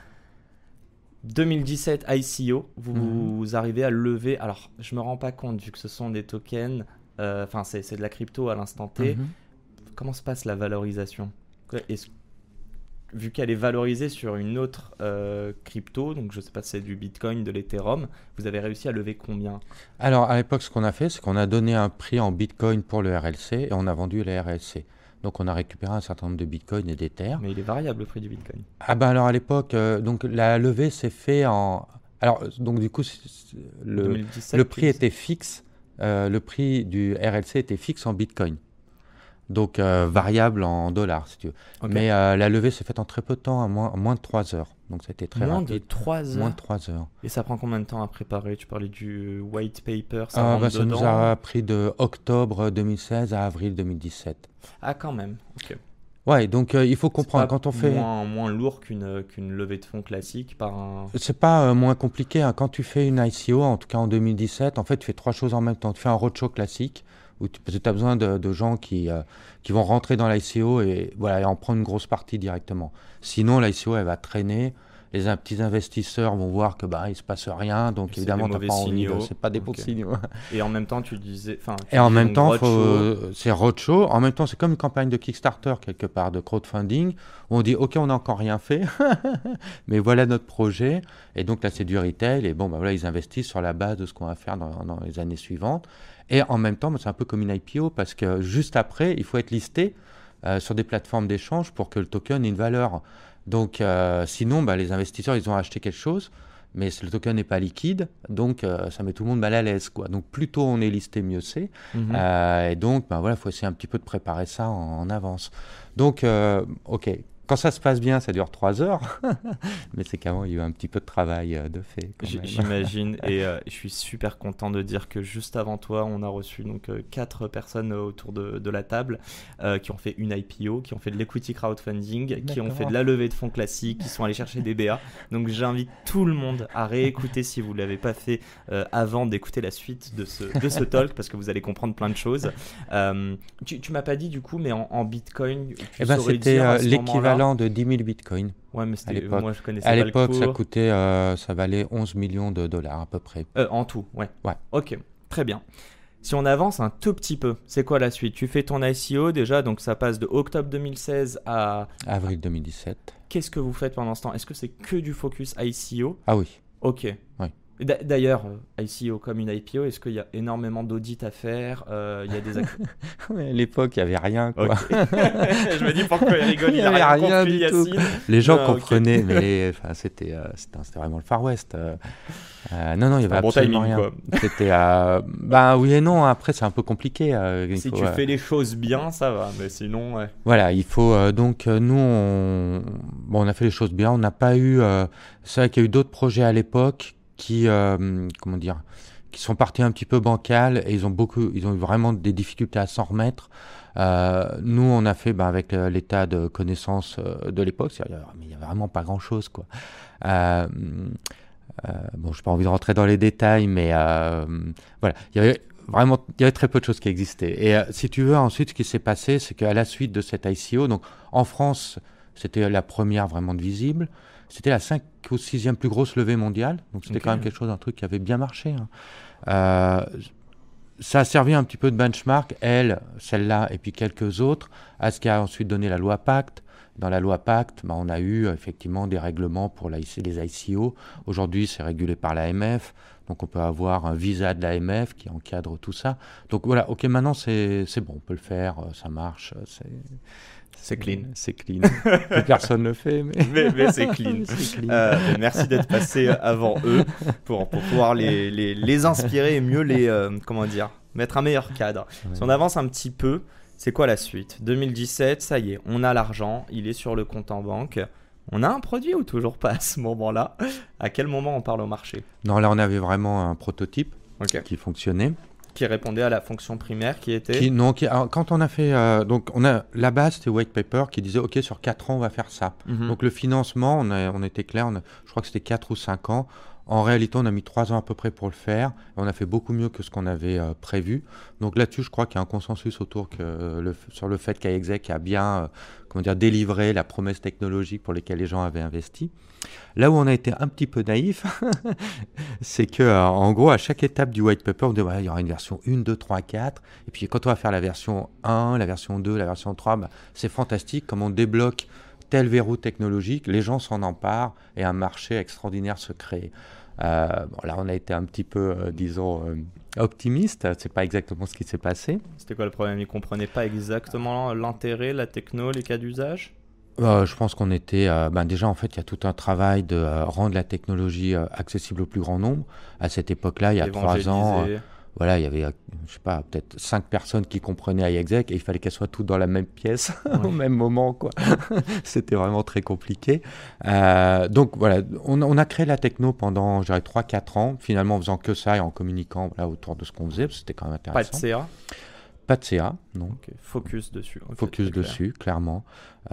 Speaker 1: 2017 ICO, vous arrivez à lever, alors je me rends pas compte vu que ce sont des tokens, c'est de la crypto à l'instant T. Comment se passe la valorisation? Vu qu'elle est valorisée sur une autre crypto, donc je sais pas si c'est du Bitcoin, de l'Ethereum, vous avez réussi à lever combien?
Speaker 2: Alors à l'époque, ce qu'on a fait, c'est qu'on a donné un prix en Bitcoin pour le RLC et on a vendu les RLC. Donc on a récupéré un certain nombre de bitcoins et d'Ether.
Speaker 1: Mais il est variable le prix du bitcoin.
Speaker 2: Alors à l'époque, donc la levée s'est fait en... Alors donc du coup, le prix était fixe. Le prix du RLC était fixe en bitcoin. Donc variable en dollars, si tu veux. Mais la levée s'est faite en très peu de temps, en moins de 3 heures. Donc c'était très rapide.
Speaker 1: Moins de 3 heures.
Speaker 2: Moins de 3 heures.
Speaker 1: Et ça prend combien de temps à préparer? Tu parlais du white paper, ça
Speaker 2: nous a pris de octobre 2016 à avril 2017.
Speaker 1: Ah, quand même, ok.
Speaker 2: Ouais, donc il faut comprendre quand on fait...
Speaker 1: moins lourd qu'une levée de fonds classique par un...
Speaker 2: C'est pas moins compliqué. Quand tu fais une ICO, en tout cas en 2017, en fait, tu fais 3 choses en même temps. Tu fais un roadshow classique, où tu as besoin de gens qui vont rentrer dans l'ICO et en prendre une grosse partie directement. Sinon, l'ICO, elle va traîner. Les petits investisseurs vont voir que il se passe rien, donc évidemment tu n'as pas envie c'est pas des bons signaux.
Speaker 1: Et en même temps tu disais,
Speaker 2: et en même temps c'est roadshow. En même temps c'est comme une campagne de Kickstarter quelque part, de crowdfunding, où on dit ok, on n'a encore rien fait, mais voilà notre projet. Et donc là c'est du retail et ils investissent sur la base de ce qu'on va faire dans les années suivantes. Et en même temps c'est un peu comme une IPO parce que juste après il faut être listé sur des plateformes d'échange pour que le token ait une valeur. Donc sinon, les investisseurs, ils ont acheté quelque chose, mais le token n'est pas liquide, donc ça met tout le monde mal à l'aise, quoi. Donc plus tôt on est listé, mieux c'est. Et donc, il faut essayer un petit peu de préparer ça en avance. Donc, ok. Quand ça se passe bien, ça dure 3 heures, mais c'est qu'avant, il y a eu un petit peu de travail de fait.
Speaker 1: J'imagine, et je suis super content de dire que juste avant toi, on a reçu 4 personnes autour de la table qui ont fait une IPO, qui ont fait de l'equity crowdfunding, qui ont fait de la levée de fonds classique, qui sont allés chercher des BA. Donc j'invite tout le monde à réécouter si vous ne l'avez pas fait avant d'écouter la suite de ce talk, parce que vous allez comprendre plein de choses. Tu m'as pas dit du coup, mais en Bitcoin,
Speaker 2: c'était l'équivalent de 10 000 bitcoins.
Speaker 1: Ouais, mais moi je connaissais
Speaker 2: à l'époque, ça coûtait, ça valait 11 millions de dollars à peu près.
Speaker 1: En tout, ouais. Ok, très bien. Si on avance un tout petit peu, c'est quoi la suite? Tu fais ton ICO déjà, donc ça passe de octobre 2016 à...
Speaker 2: avril 2017.
Speaker 1: Qu'est-ce que vous faites pendant ce temps? Est-ce que c'est que du focus ICO?
Speaker 2: Ah oui.
Speaker 1: Ok.
Speaker 2: Oui.
Speaker 1: D'ailleurs, ICO comme une IPO, est-ce qu'il y a énormément d'audits à faire? Il y a des
Speaker 2: à l'époque, il n'y avait rien, quoi.
Speaker 1: Okay. Je me dis pourquoi il rigole, il n'a rien compris, Yacine.
Speaker 2: Les gens comprenaient, mais c'était vraiment le Far West. Non, il y avait absolument rien. Quoi. C'était oui et non. Après, c'est un peu compliqué.
Speaker 1: Si tu fais les choses bien, ça va, mais sinon, ouais.
Speaker 2: Voilà, il faut donc nous, on a fait les choses bien. On n'a pas eu. C'est vrai qu'il y a eu d'autres projets à l'époque qui sont partis un petit peu bancal et ils ont eu vraiment des difficultés à s'en remettre. Nous, on a fait avec l'état de connaissance de l'époque, mais il n'y avait vraiment pas grand-chose, quoi. Je n'ai pas envie de rentrer dans les détails, mais voilà, il y avait très peu de choses qui existaient. Et si tu veux, ensuite, ce qui s'est passé, c'est qu'à la suite de cette ICO, donc en France, c'était la première vraiment de visible. C'était la 5e ou 6e plus grosse levée mondiale. Donc c'était quand même quelque chose, un truc qui avait bien marché. Ça a servi un petit peu de benchmark, celle-là, et puis quelques autres, à ce qui a ensuite donné la loi Pacte. Dans la loi Pacte, on a eu effectivement des règlements pour les ICO. Aujourd'hui, c'est régulé par l'AMF. Donc, on peut avoir un visa de l'AMF qui encadre tout ça. Donc, voilà, OK, maintenant, c'est bon, on peut le faire, ça marche.
Speaker 1: C'est clean.
Speaker 2: C'est clean. Personne ne le fait,
Speaker 1: mais c'est clean. Merci d'être passé avant eux pour pouvoir les inspirer et mieux mettre un meilleur cadre. Ouais. Si on avance un petit peu, c'est quoi la suite ? 2017, ça y est, on a l'argent, il est sur le compte en banque. On a un produit ou toujours pas à ce moment-là ? À quel moment on parle au marché ?
Speaker 2: Non, là, on avait vraiment un prototype qui fonctionnait.
Speaker 1: Qui répondait à la fonction primaire qui était
Speaker 2: quand on a fait la base, c'était white paper qui disait OK, sur 4 ans on va faire ça. Donc le financement, on était clair, je crois que c'était 4 ou 5 ans. En réalité, on a mis 3 ans à peu près pour le faire. On a fait beaucoup mieux que ce qu'on avait prévu. Donc là-dessus, je crois qu'il y a un consensus sur le fait qu'AIexec a bien délivré la promesse technologique pour laquelle les gens avaient investi. Là où on a été un petit peu naïf, c'est que en gros, à chaque étape du white paper, on dit il y aura une version 1, 2, 3, 4. Et puis quand on va faire la version 1, la version 2, la version 3, c'est fantastique comme on débloque tel verrou technologique, les gens s'en emparent et un marché extraordinaire se crée. Là, on a été un petit peu, optimiste. C'est pas exactement ce qui s'est passé.
Speaker 1: C'était quoi le problème ? Ils ne comprenaient pas exactement l'intérêt, la techno, les cas d'usage ?
Speaker 2: Je pense qu'on était... déjà, en fait, il y a tout un travail de rendre la technologie accessible au plus grand nombre. À cette époque-là, il y a 3 ans... il y avait, je sais pas, peut-être 5 personnes qui comprenaient AIexec et il fallait qu'elles soient toutes dans la même pièce au même moment, quoi. C'était vraiment très compliqué. Donc voilà, on a créé la techno pendant, je dirais, 3-4 ans, finalement en faisant que ça et en communiquant autour de ce qu'on faisait, c'était quand même intéressant.
Speaker 1: Pas de CA ?
Speaker 2: Pas de CA, non.
Speaker 1: Okay. Focus dessus. Okay,
Speaker 2: Focus dessus, clairement.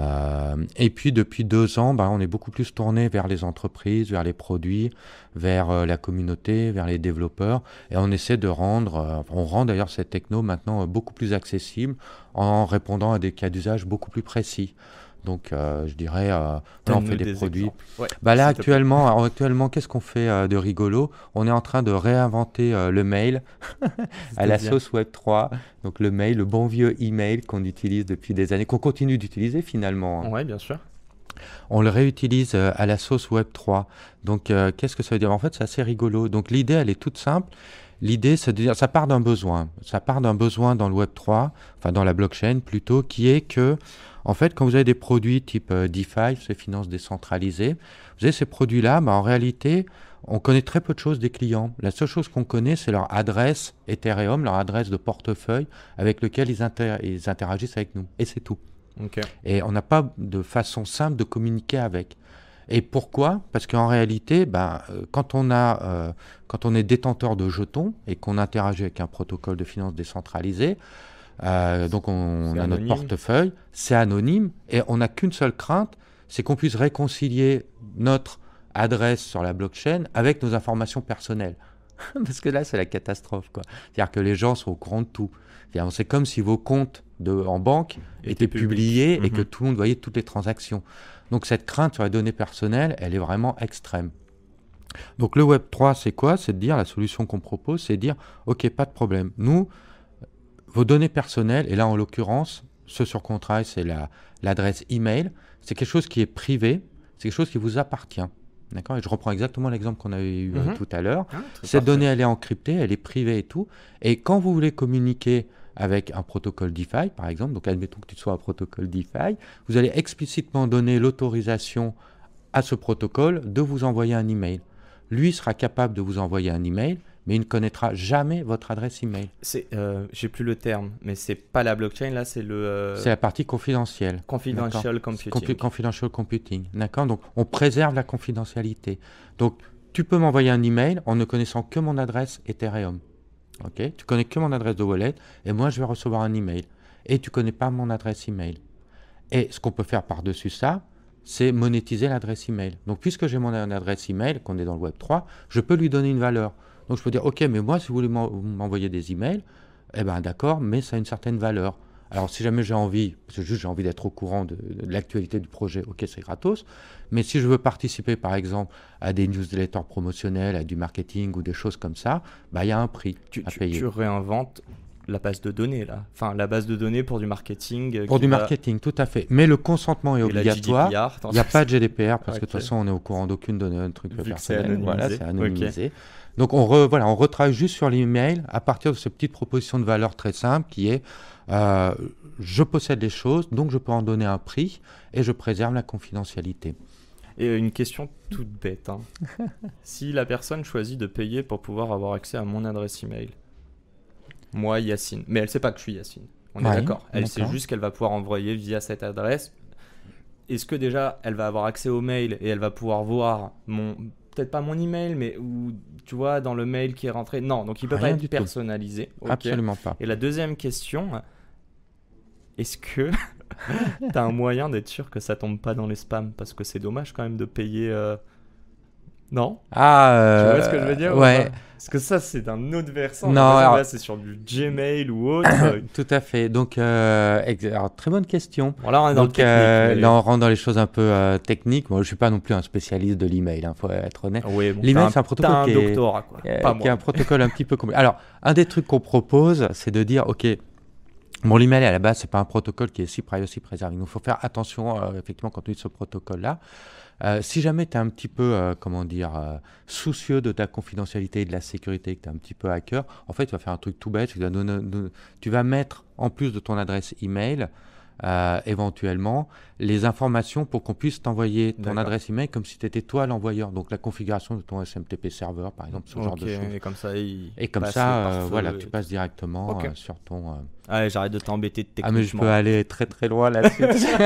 Speaker 2: Et puis, depuis 2 ans, on est beaucoup plus tourné vers les entreprises, vers les produits, vers la communauté, vers les développeurs. Et on essaie de on rend d'ailleurs cette techno maintenant beaucoup plus accessible en répondant à des cas d'usage beaucoup plus précis. Donc, je dirais, on fait des produits. Là, actuellement, qu'est-ce qu'on fait de rigolo ? On est en train de réinventer le mail à la sauce Web3. Donc, le mail, le bon vieux email qu'on utilise depuis des années, qu'on continue d'utiliser finalement.
Speaker 1: Oui, bien sûr.
Speaker 2: On le réutilise à la sauce Web3. Donc, qu'est-ce que ça veut dire ? En fait, c'est assez rigolo. Donc, l'idée, elle est toute simple. L'idée, c'est de dire, ça part d'un besoin. Ça part d'un besoin dans le Web3, enfin dans la blockchain plutôt, qui est que, en fait, quand vous avez des produits type DeFi, ces finances décentralisées, vous avez ces produits-là, en réalité, on connaît très peu de choses des clients. La seule chose qu'on connaît, c'est leur adresse Ethereum, leur adresse de portefeuille avec lequel ils interagissent avec nous. Et c'est tout.
Speaker 1: Okay.
Speaker 2: Et on n'a pas de façon simple de communiquer avec. Et pourquoi ? Parce qu'en réalité, quand on est détenteur de jetons et qu'on interagit avec un protocole de finance décentralisé, donc on a notre portefeuille, c'est anonyme et on n'a qu'une seule crainte, c'est qu'on puisse réconcilier notre adresse sur la blockchain avec nos informations personnelles. Parce que là, c'est la catastrophe, quoi. C'est-à-dire que les gens sont au courant de tout. C'est comme si vos comptes en banque étaient publiés et que tout le monde voyait toutes les transactions. Donc cette crainte sur les données personnelles, elle est vraiment extrême. Donc le Web3, c'est quoi ? C'est de dire, la solution qu'on propose, c'est de dire, OK, pas de problème. Nous, vos données personnelles, et là en l'occurrence, ce sur quoi on travaille, c'est l'adresse email, c'est quelque chose qui est privé, c'est quelque chose qui vous appartient. D'accord ? Et je reprends exactement l'exemple qu'on avait eu tout à l'heure. Cette donnée, elle est encryptée, elle est privée et tout. Et quand vous voulez communiquer avec un protocole DeFi, par exemple, donc admettons que tu sois un protocole DeFi, vous allez explicitement donner l'autorisation à ce protocole de vous envoyer un email. Lui sera capable de vous envoyer un email, mais il ne connaîtra jamais votre adresse email.
Speaker 1: J'ai plus le terme, mais c'est pas la blockchain, là, c'est
Speaker 2: c'est la partie confidentielle.
Speaker 1: Confidential computing.
Speaker 2: Confidential computing, d'accord ? Donc, on préserve la confidentialité. Donc, tu peux m'envoyer un email en ne connaissant que mon adresse Ethereum. Okay ? Tu connais que mon adresse de wallet et moi, je vais recevoir un email. Et tu connais pas mon adresse email. Et ce qu'on peut faire par-dessus ça, c'est monétiser l'adresse email. Donc, puisque j'ai mon adresse email, qu'on est dans le Web3, je peux lui donner une valeur. Donc, je peux dire, OK, mais moi, si vous voulez m'envoyer des emails, d'accord, mais ça a une certaine valeur. Alors, si jamais j'ai envie, parce que juste j'ai envie d'être au courant de l'actualité du projet, ok, c'est gratos. Mais si je veux participer, par exemple, à des newsletters promotionnels, à du marketing ou des choses comme ça, bah, il y a un prix à payer.
Speaker 1: Tu réinventes la base de données, là. Enfin, la base de données pour du marketing.
Speaker 2: Pour du marketing, tout à fait. Mais le consentement est obligatoire. Il n'y a pas de GDPR parce que de toute façon, on n'est au courant d'aucune donnée, un truc personnel. Voilà, c'est anonymisé. Okay. Donc, on retravaille juste sur l'email à partir de cette petite proposition de valeur très simple qui est je possède les choses, donc je peux en donner un prix et je préserve la confidentialité.
Speaker 1: Et une question toute bête. Hein. Si la personne choisit de payer pour pouvoir avoir accès à mon adresse email, moi, Yacine, mais elle ne sait pas que je suis Yacine, on est d'accord. Elle sait juste qu'elle va pouvoir envoyer via cette adresse. Est-ce que déjà, elle va avoir accès au mail et elle va pouvoir voir peut-être pas mon email, mais où, tu vois, dans le mail qui est rentré. Non, donc il ne peut pas être personnalisé.
Speaker 2: Okay. Absolument pas.
Speaker 1: Et la deuxième question, est-ce que tu as un moyen d'être sûr que ça tombe pas dans les spams? Parce que c'est dommage quand même de payer... Non? Tu vois ce que je veux dire?
Speaker 2: Ouais.
Speaker 1: Parce que ça, c'est d'un autre versant.
Speaker 2: Non, alors...
Speaker 1: là, c'est sur du Gmail ou autre.
Speaker 2: Tout à fait. Donc, alors, très bonne question.
Speaker 1: Bon, là, on est dans le technique.
Speaker 2: Là, on rentre dans les choses un peu techniques. Moi, je ne suis pas non plus un spécialiste de l'email, il faut être honnête.
Speaker 1: Oui, bon,
Speaker 2: l'email, c'est un protocole qui
Speaker 1: est
Speaker 2: un protocole un petit peu compliqué. Alors, un des trucs qu'on propose, c'est de dire, OK, bon, l'email, à la base, ce n'est pas un protocole qui est si privacy preserving. Il faut faire attention, effectivement, quand on utilise ce protocole-là. Si jamais tu es un petit peu, soucieux de ta confidentialité et de la sécurité, que tu es un petit peu hacker, en fait, tu vas faire un truc tout bête. Tu vas mettre, en plus de ton adresse email, éventuellement, les informations pour qu'on puisse t'envoyer ton adresse email comme si tu étais toi l'envoyeur. Donc, la configuration de ton SMTP serveur, par exemple, ce genre de choses.
Speaker 1: Et comme ça,
Speaker 2: voilà, tu passes directement sur ton...
Speaker 1: Allez, j'arrête de t'embêter techniquement.
Speaker 2: Ah, mais je peux aller très très loin là-dessus.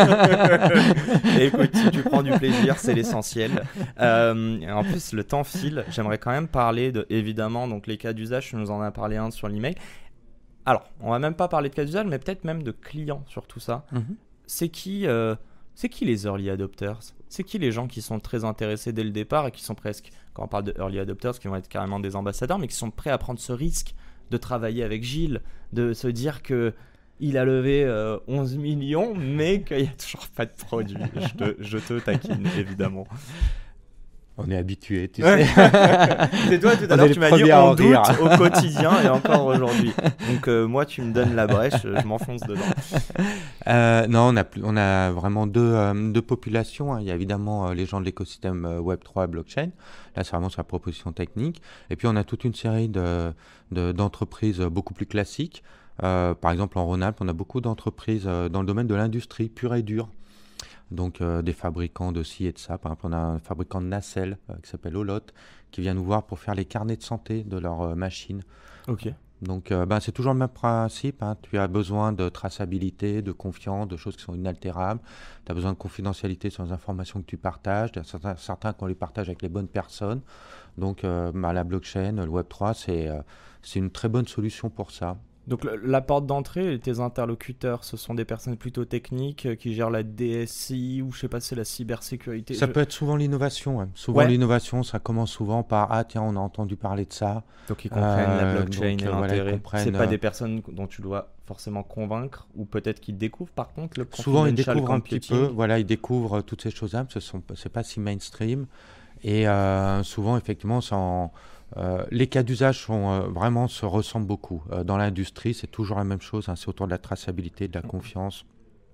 Speaker 1: Écoute, si tu prends du plaisir, c'est l'essentiel. En plus, le temps file. J'aimerais quand même parler de, évidemment, donc les cas d'usage. Tu nous en as parlé un sur l'email. Alors, on va même pas parler de cas d'usage, mais peut-être même de clients sur tout ça. C'est qui les early adopters? C'est qui les gens qui sont très intéressés dès le départ et qui sont presque, quand on parle de early adopters, qui vont être carrément des ambassadeurs, mais qui sont prêts à prendre ce risque de travailler avec Gilles, de se dire qu'il a levé 11 millions, mais qu'il n'y a toujours pas de produit. Je te taquine, évidemment.
Speaker 2: On est habitué, tu sais.
Speaker 1: C'est toi, tout à l'heure, tu m'as dit on doute au quotidien et encore aujourd'hui. Donc, moi, tu me donnes la brèche, je m'enfonce dedans.
Speaker 2: Non, on a vraiment deux populations. Hein. Il y a évidemment les gens de l'écosystème Web3 blockchain. Là, c'est vraiment sur la proposition technique. Et puis, on a toute une série d'entreprises beaucoup plus classiques. Par exemple, en Rhône-Alpes, on a beaucoup d'entreprises dans le domaine de l'industrie pure et dure. Donc des fabricants de ci et de ça. Par exemple, on a un fabricant de nacelles qui s'appelle Olot, qui vient nous voir pour faire les carnets de santé de leurs machines.
Speaker 1: Ok.
Speaker 2: Donc c'est toujours le même principe. Hein. Tu as besoin de traçabilité, de confiance, de choses qui sont inaltérables. Tu as besoin de confidentialité sur les informations que tu partages. Certains qu'on les partage avec les bonnes personnes. Donc la blockchain, le Web3, c'est une très bonne solution pour ça.
Speaker 1: Donc la porte d'entrée, tes interlocuteurs, ce sont des personnes plutôt techniques qui gèrent la DSI ou je sais pas si c'est la cybersécurité.
Speaker 2: Ça peut être souvent l'innovation. Ouais. Souvent l'innovation, ça commence souvent par « Ah tiens, on a entendu parler de ça ».
Speaker 1: Donc ils comprennent la blockchain et l'intérêt. C'est pas des personnes dont tu dois forcément convaincre ou peut-être qu'ils découvrent par contre le
Speaker 2: souvent ils découvrent un petit peu, ils découvrent toutes ces choses-là, c'est pas si mainstream et souvent effectivement les cas d'usage vraiment se ressemblent beaucoup. Dans l'industrie, c'est toujours la même chose. Hein, c'est autour de la traçabilité, de la confiance,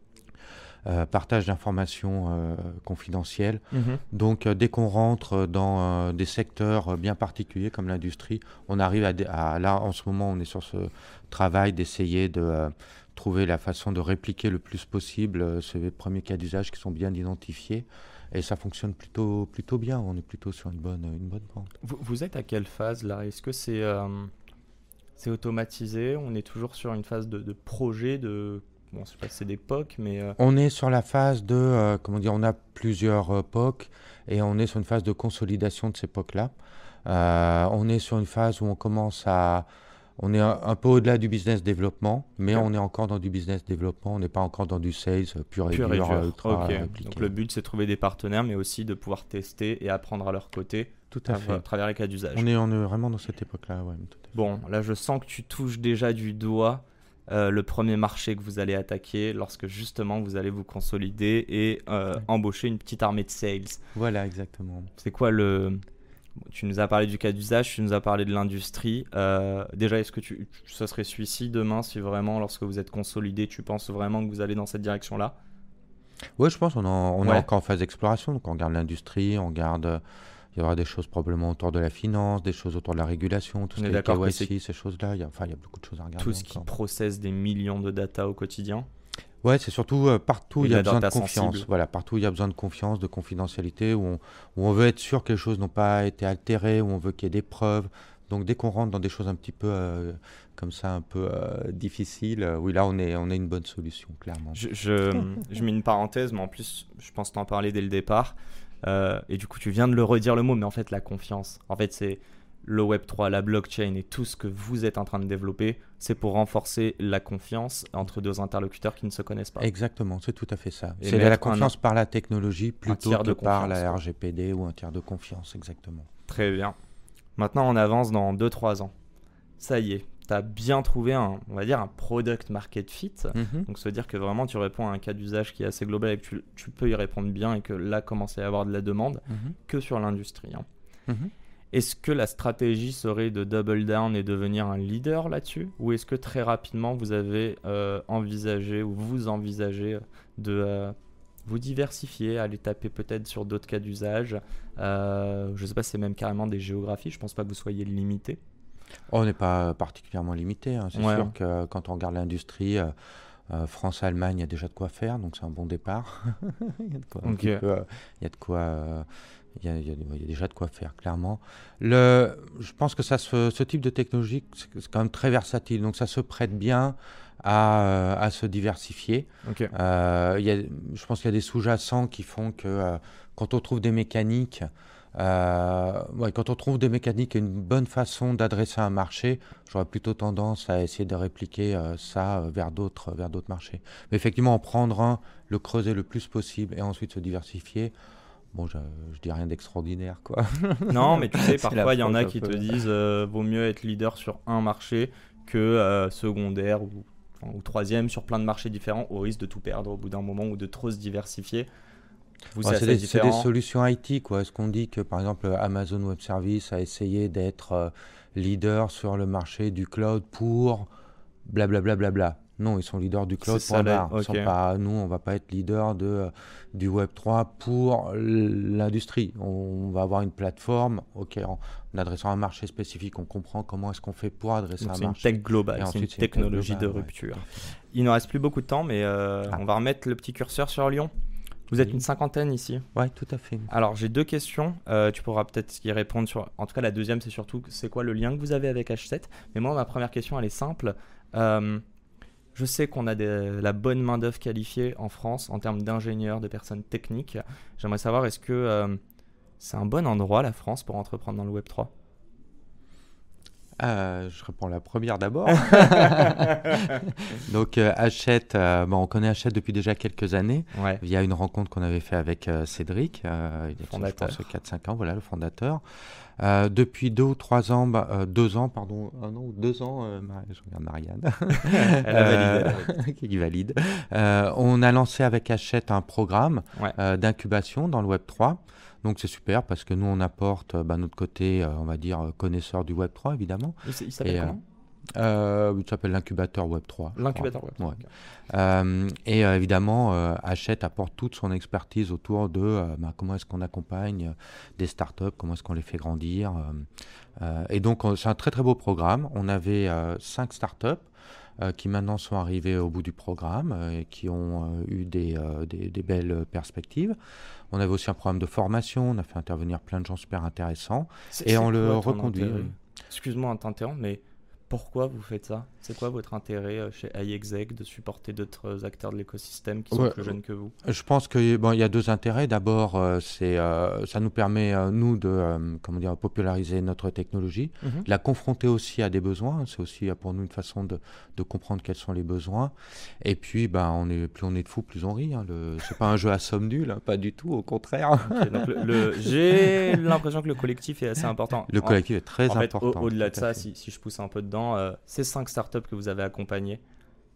Speaker 2: partage d'informations confidentielles. Donc, dès qu'on rentre dans des secteurs bien particuliers comme l'industrie, on arrive là, en ce moment, on est sur ce travail d'essayer de trouver la façon de répliquer le plus possible ces premiers cas d'usage qui sont bien identifiés. Et ça fonctionne plutôt bien, on est plutôt sur une bonne pente.
Speaker 1: Vous êtes à quelle phase là? Est-ce que c'est automatisé? On est toujours sur une phase de projet, bon, je ne sais pas si c'est des POC, mais...
Speaker 2: On est sur la phase de, on a plusieurs POC et on est sur une phase de consolidation de ces POC-là. On est sur une phase où on commence on est un peu au-delà du business développement, mais on est encore dans du business développement, on n'est pas encore dans du sales pur et dur. Ultra appliqué.
Speaker 1: Donc le but, c'est de trouver des partenaires, mais aussi de pouvoir tester et apprendre à leur côté.
Speaker 2: Tout à fait.
Speaker 1: À travers les cas d'usage.
Speaker 2: On est vraiment dans cette époque-là. Ouais,
Speaker 1: bon, là, je sens que tu touches déjà du doigt le premier marché que vous allez attaquer lorsque justement vous allez vous consolider et embaucher une petite armée de sales.
Speaker 2: Voilà, exactement.
Speaker 1: C'est quoi le... Tu nous as parlé du cas d'usage, tu nous as parlé de l'industrie. Déjà, est-ce que ça serait celui-ci demain si vraiment, lorsque vous êtes consolidé, tu penses vraiment que vous allez dans cette direction-là?
Speaker 2: Oui, je pense qu'on est encore en phase d'exploration. Donc, on regarde l'industrie, on regarde... Il y aura des choses probablement autour de la finance, des choses autour de la régulation, tout ce qui est KYC, ces choses-là. Il y a beaucoup de choses à regarder.
Speaker 1: Tout ce qui processe des millions de data au quotidien.
Speaker 2: Ouais, c'est surtout partout où il y a besoin de confiance.
Speaker 1: Sensible.
Speaker 2: Voilà, partout où il y a besoin de confiance, de confidentialité, où on veut être sûr que les choses n'ont pas été altérées, où on veut qu'il y ait des preuves. Donc dès qu'on rentre dans des choses un petit peu comme ça, un peu difficiles, oui, là on est une bonne solution, clairement.
Speaker 1: Je mets une parenthèse, mais en plus, je pense t'en parler dès le départ. Et du coup, tu viens de le redire le mot, mais en fait, la confiance. En fait, c'est le Web3, la blockchain et tout ce que vous êtes en train de développer, c'est pour renforcer la confiance entre deux interlocuteurs qui ne se connaissent pas.
Speaker 2: Exactement, c'est tout à fait ça.
Speaker 1: Et
Speaker 2: c'est la confiance par la technologie plutôt que par la RGPD ou un tiers de confiance, exactement.
Speaker 1: Très bien. Maintenant, on avance dans 2-3 ans. Ça y est, tu as bien trouvé on va dire un product market fit. Donc, ça veut dire que vraiment, tu réponds à un cas d'usage qui est assez global et que tu peux y répondre bien et que là, commence à y avoir de la demande que sur l'industrie. Est-ce que la stratégie serait de double down et devenir un leader là-dessus? Ou est-ce que très rapidement, vous avez envisagé ou vous envisagez de vous diversifier, aller taper peut-être sur d'autres cas d'usage? Je ne sais pas si c'est même carrément des géographies. Je ne pense pas que vous soyez limité.
Speaker 2: On n'est pas particulièrement limité. Hein. C'est sûr que quand on regarde l'industrie, France-Allemagne, il y a déjà de quoi faire. Donc c'est un bon départ. Il y a de quoi... il y a de quoi... Il y a déjà de quoi faire, clairement. Je pense que ce type de technologie, c'est quand même très versatile. Donc, ça se prête bien à se diversifier. Je pense qu'il y a des sous-jacents qui font que quand on trouve des mécaniques, quand on trouve des mécaniques et une bonne façon d'adresser un marché, j'aurais plutôt tendance à essayer de répliquer ça vers d'autres marchés. Mais effectivement, en prendre un, le creuser le plus possible et ensuite se diversifier. Bon, je dis rien d'extraordinaire, quoi.
Speaker 1: Non, mais tu sais, parfois, il y en a qui te disent vaut mieux être leader sur un marché que secondaire ou troisième sur plein de marchés différents, au risque de tout perdre au bout d'un moment ou de trop se diversifier.
Speaker 2: C'est des solutions IT, quoi. Est-ce qu'on dit que, par exemple, Amazon Web Services a essayé d'être leader sur le marché du cloud pour blablabla bla. Non, ils sont leaders du cloud pour nous, on ne va pas être leader du Web3 pour l'industrie. On va avoir une plateforme, en adressant un marché spécifique, on comprend comment est-ce qu'on fait pour adresser un marché.
Speaker 1: C'est une tech globale, c'est une technologie de rupture. Il ne reste plus beaucoup de temps, mais on va remettre le petit curseur sur Lyon. Vous êtes une cinquantaine ici?
Speaker 2: Oui, tout à fait.
Speaker 1: Alors, j'ai 2 questions. Tu pourras peut-être y répondre. En tout cas, la deuxième, c'est surtout c'est quoi le lien que vous avez avec H7. Mais moi, ma première question, elle est simple. Je sais qu'on a la bonne main-d'œuvre qualifiée en France en termes d'ingénieurs, de personnes techniques. J'aimerais savoir, est-ce que c'est un bon endroit, la France, pour entreprendre dans le Web3?
Speaker 2: Je réponds la première d'abord. Donc, Hachette, on connaît Hachette depuis déjà quelques années, via une rencontre qu'on avait fait avec Cédric, il y a, je pense, 4-5 ans, voilà, le fondateur. Depuis 2 ou 3 ans, 2 ans, pardon, 1 an ou 2 ans, je regarde Marianne,
Speaker 1: elle a validé.
Speaker 2: Qui valide. On a lancé avec Hachette un programme d'incubation dans le Web3. Donc c'est super parce que nous on apporte notre côté, on va dire, connaisseur du Web3 évidemment.
Speaker 1: Il s'appelle comment ?
Speaker 2: Il s'appelle l'incubateur Web3.
Speaker 1: L'incubateur Web3.
Speaker 2: Ouais. Okay. Et évidemment, Hachette apporte toute son expertise autour de comment est-ce qu'on accompagne des startups, comment est-ce qu'on les fait grandir. Et donc c'est un très très beau programme. On avait 5 startups qui maintenant sont arrivés au bout du programme et qui ont eu des belles perspectives. On avait aussi un programme de formation, on a fait intervenir plein de gens super intéressants et on le reconduit.
Speaker 1: Excuse-moi de t'interrompre, mais pourquoi vous faites ça? C'est quoi votre intérêt chez iExec de supporter d'autres acteurs de l'écosystème qui sont plus jeunes que vous?
Speaker 2: Je pense qu'il y a 2 intérêts. D'abord, ça nous permet, nous, de populariser notre technologie, de la confronter aussi à des besoins. C'est aussi pour nous une façon de comprendre quels sont les besoins. Et puis, plus on est de fous, plus on rit. C'est pas un jeu à somme nulle, pas du tout, au contraire.
Speaker 1: Okay, donc j'ai l'impression que le collectif est assez important.
Speaker 2: Le collectif est très important.
Speaker 1: Au-delà de ça, si je pousse un peu dedans, ces 5 startups que vous avez accompagnées,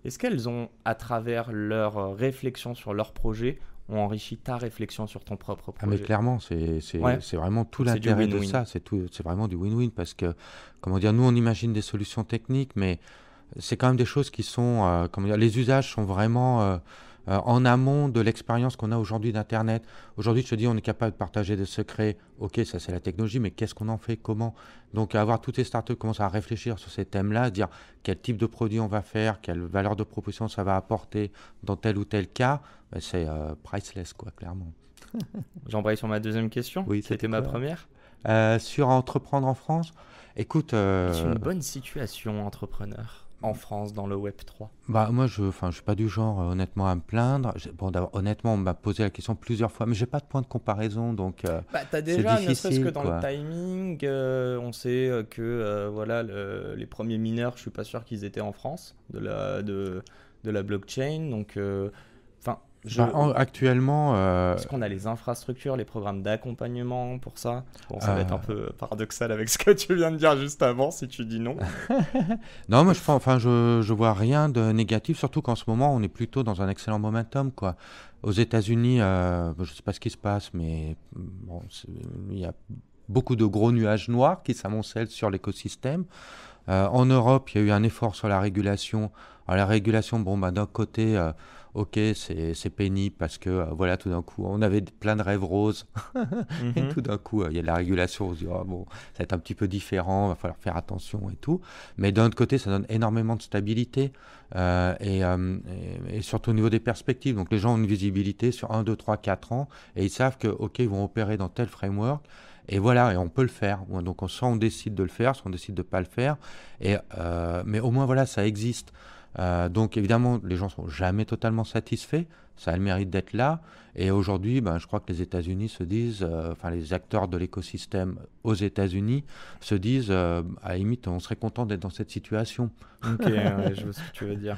Speaker 1: Est-ce qu'elles ont, à travers leur réflexion sur leur projet, ont enrichi ta réflexion sur ton propre projet?
Speaker 2: Ah mais clairement, c'est vraiment tout l'intérêt de ça. C'est vraiment du win-win parce que, comment dire, nous on imagine des solutions techniques, mais c'est quand même des choses qui sont, comment dire, les usages sont vraiment en amont de l'expérience qu'on a aujourd'hui d'Internet. Aujourd'hui, je te dis, on est capable de partager des secrets. Ok, ça c'est la technologie, mais qu'est-ce qu'on en fait? Comment? Donc, avoir toutes les startups commencent à réfléchir sur ces thèmes-là, dire quel type de produit on va faire, quelle valeur de proposition ça va apporter dans tel ou tel cas, ben, c'est priceless, quoi, clairement.
Speaker 1: J'embraye sur ma deuxième question.
Speaker 2: Oui,
Speaker 1: c'était ma première.
Speaker 2: Sur entreprendre en France, écoute...
Speaker 1: C'est une bonne situation, entrepreneur. En France, dans le Web3?
Speaker 2: Bah, moi, je suis pas du genre, honnêtement, à me plaindre. Bon, honnêtement, on m'a posé la question plusieurs fois, mais j'ai pas de point de comparaison, donc
Speaker 1: t'as déjà,
Speaker 2: c'est
Speaker 1: ne serait-ce que
Speaker 2: difficile,
Speaker 1: dans
Speaker 2: quoi.
Speaker 1: le timing, on sait que voilà, les premiers mineurs, je suis pas sûr qu'ils étaient en France, de la blockchain. Donc,
Speaker 2: actuellement...
Speaker 1: est-ce qu'on a les infrastructures, les programmes d'accompagnement pour ça? Bon, ça va être un peu paradoxal avec ce que tu viens de dire juste avant, si tu dis non.
Speaker 2: Non, moi, je vois rien de négatif, surtout qu'en ce moment, on est plutôt dans un excellent momentum, quoi. Aux États-Unis, je sais pas ce qui se passe, mais bon, il y a beaucoup de gros nuages noirs qui s'amoncellent sur l'écosystème. En Europe, il y a eu un effort sur la régulation. Alors, la régulation, bon, bah, d'un côté, ok, c'est pénible parce que, voilà, tout d'un coup, on avait plein de rêves roses. Et tout d'un coup, il y a de la régulation. On se dit, oh, bon, ça va être un petit peu différent, il va falloir faire attention et tout. Mais d'un autre côté, ça donne énormément de stabilité et surtout au niveau des perspectives. Donc, les gens ont une visibilité sur 1, 2, 3, 4 ans et ils savent que, ok, ils vont opérer dans tel framework. Et voilà, et on peut le faire. Donc, soit on décide de le faire, soit on décide de ne pas le faire. Mais au moins, voilà, ça existe. Donc, évidemment, les gens ne sont jamais totalement satisfaits. Ça a le mérite d'être là. Et aujourd'hui, ben, je crois que les États-Unis se disent, enfin, les acteurs de l'écosystème aux États-Unis se disent, à la limite, on serait content d'être dans cette situation.
Speaker 1: Ok, ouais, je vois ce que tu veux dire.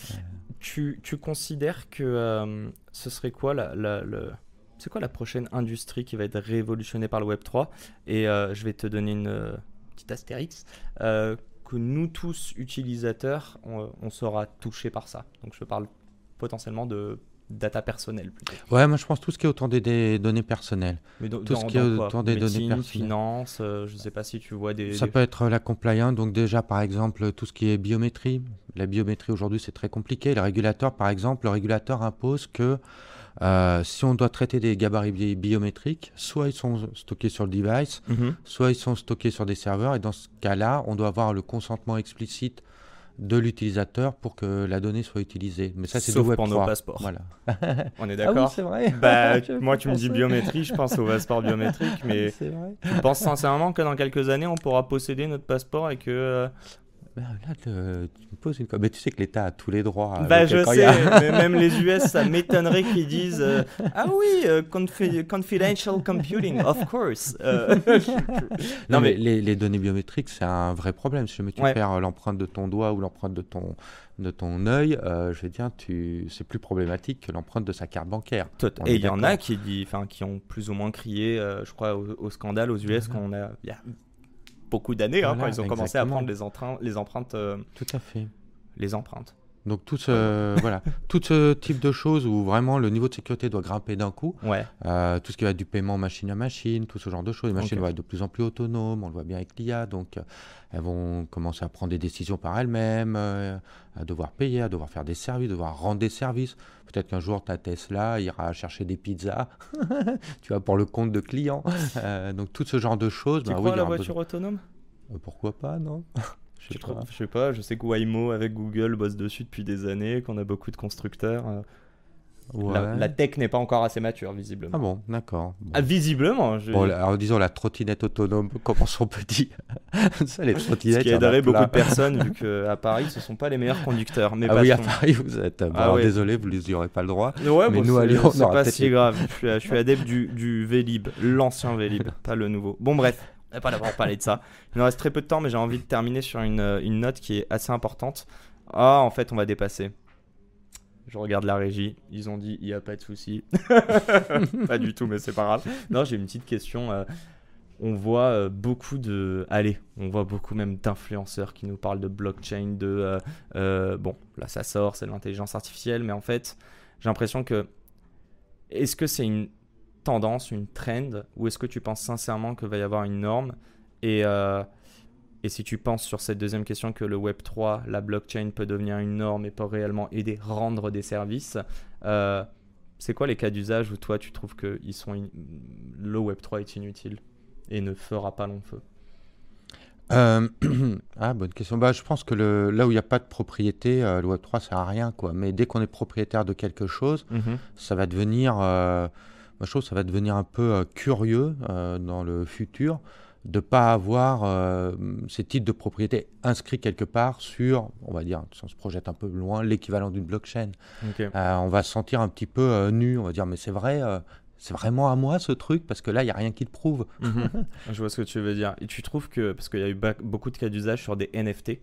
Speaker 1: Tu considères que ce serait quoi c'est quoi la prochaine industrie qui va être révolutionnée par le Web3? Et je vais te donner une petite astérix. Que nous tous, utilisateurs, on sera touchés par ça. Donc je parle potentiellement de data personnelle plutôt.
Speaker 2: Ouais, moi je pense tout ce qui est autour des données personnelles.
Speaker 1: Mais
Speaker 2: tout ce qui est autour des données personnelles.
Speaker 1: Finance, je ne sais pas si tu vois
Speaker 2: Ça peut être la compliance, donc déjà par exemple tout ce qui est biométrie. La biométrie aujourd'hui c'est très compliqué. Le régulateur impose que si on doit traiter des gabarits biométriques, soit ils sont stockés sur le device, soit ils sont stockés sur des serveurs. Et dans ce cas-là, on doit avoir le consentement explicite de l'utilisateur pour que la donnée soit utilisée. Mais ça, c'est
Speaker 1: sauf
Speaker 2: de Web3.
Speaker 1: pour nos passeports.
Speaker 2: Voilà.
Speaker 1: On est d'accord?
Speaker 2: Ah oui, c'est vrai.
Speaker 1: Bah, moi, tu me dis biométrie, je pense au passeport biométrique, mais je pense sincèrement que dans quelques années, on pourra posséder notre passeport et que...
Speaker 2: Là, tu me poses une question. Mais tu sais que l'État a tous les droits.
Speaker 1: Bah, je sais, mais même les US, ça m'étonnerait qu'ils disent ah oui, confidential computing, of course.
Speaker 2: Non, mais les données biométriques, c'est un vrai problème. Si jamais tu perds l'empreinte de ton doigt ou l'empreinte de ton œil, je vais dire, c'est plus problématique que l'empreinte de sa carte bancaire.
Speaker 1: Et il y en a qui ont plus ou moins crié, je crois, au scandale aux US quand il y a beaucoup d'années, quand ils ont commencé à prendre les empreintes.
Speaker 2: Tout à fait.
Speaker 1: Les empreintes.
Speaker 2: Donc tout ce type de choses où vraiment le niveau de sécurité doit grimper d'un coup.
Speaker 1: Ouais.
Speaker 2: Tout ce qui va être du paiement machine à machine, tout ce genre de choses. Les machines vont être de plus en plus autonomes, on le voit bien avec l'IA, donc elles vont commencer à prendre des décisions par elles-mêmes, à devoir payer, à devoir faire des services, devoir rendre des services. Peut-être qu'un jour ta Tesla ira chercher des pizzas, tu vois, pour le compte de clients. Donc tout ce genre de choses.
Speaker 1: Tu crois à la voiture autonome?
Speaker 2: Pourquoi pas, non?
Speaker 1: Je sais pas, je sais que Waymo avec Google bosse dessus depuis des années, qu'on a beaucoup de constructeurs. La tech n'est pas encore assez mature, visiblement.
Speaker 2: Ah bon, d'accord. Bon.
Speaker 1: Ah, visiblement.
Speaker 2: Bon, alors disons la trottinette autonome, commençons petit. Ça, les trottinettes.
Speaker 1: Ce qui aiderait beaucoup de personnes, vu qu'à Paris, ce ne sont pas les meilleurs conducteurs. Mais
Speaker 2: oui, à Paris, vous êtes. Désolé, vous n'y aurez pas le droit.
Speaker 1: Ouais,
Speaker 2: mais nous, à Lyon,
Speaker 1: c'est pas si grave. Je suis adepte du Vélib, l'ancien Vélib, pas le nouveau. Bon, bref. On va pas d'abord parler de ça. Il nous reste très peu de temps, mais j'ai envie de terminer sur une note qui est assez importante. Ah, en fait, on va dépasser. Je regarde la régie. Ils ont dit, il n'y a pas de souci. Pas du tout, mais c'est pas grave. Non, j'ai une petite question. on voit on voit beaucoup même d'influenceurs qui nous parlent de blockchain, bon, là ça sort, c'est de l'intelligence artificielle, mais en fait, j'ai l'impression que, est-ce que c'est une tendance, une trend, ou est-ce que tu penses sincèrement qu'il va y avoir une norme et si tu penses sur cette deuxième question que le Web3, la blockchain peut devenir une norme et peut réellement aider, rendre des services, c'est quoi les cas d'usage où toi tu trouves que le Web3 est inutile et ne fera pas long feu?
Speaker 2: Bonne question. Bah, je pense que là où il n'y a pas de propriété, le Web3 sert à rien, quoi. Mais dès qu'on est propriétaire de quelque chose, ça va devenir, moi, je trouve que ça va devenir un peu curieux dans le futur de ne pas avoir ces titres de propriété inscrits quelque part sur, on va dire, si on se projette un peu loin, l'équivalent d'une blockchain.
Speaker 1: Okay.
Speaker 2: On va se sentir un petit peu nu, on va dire, mais c'est vrai, c'est vraiment à moi ce truc, parce que là, il n'y a rien qui le prouve.
Speaker 1: Je vois ce que tu veux dire. Et tu trouves que, parce qu'il y a eu beaucoup de cas d'usage sur des NFT,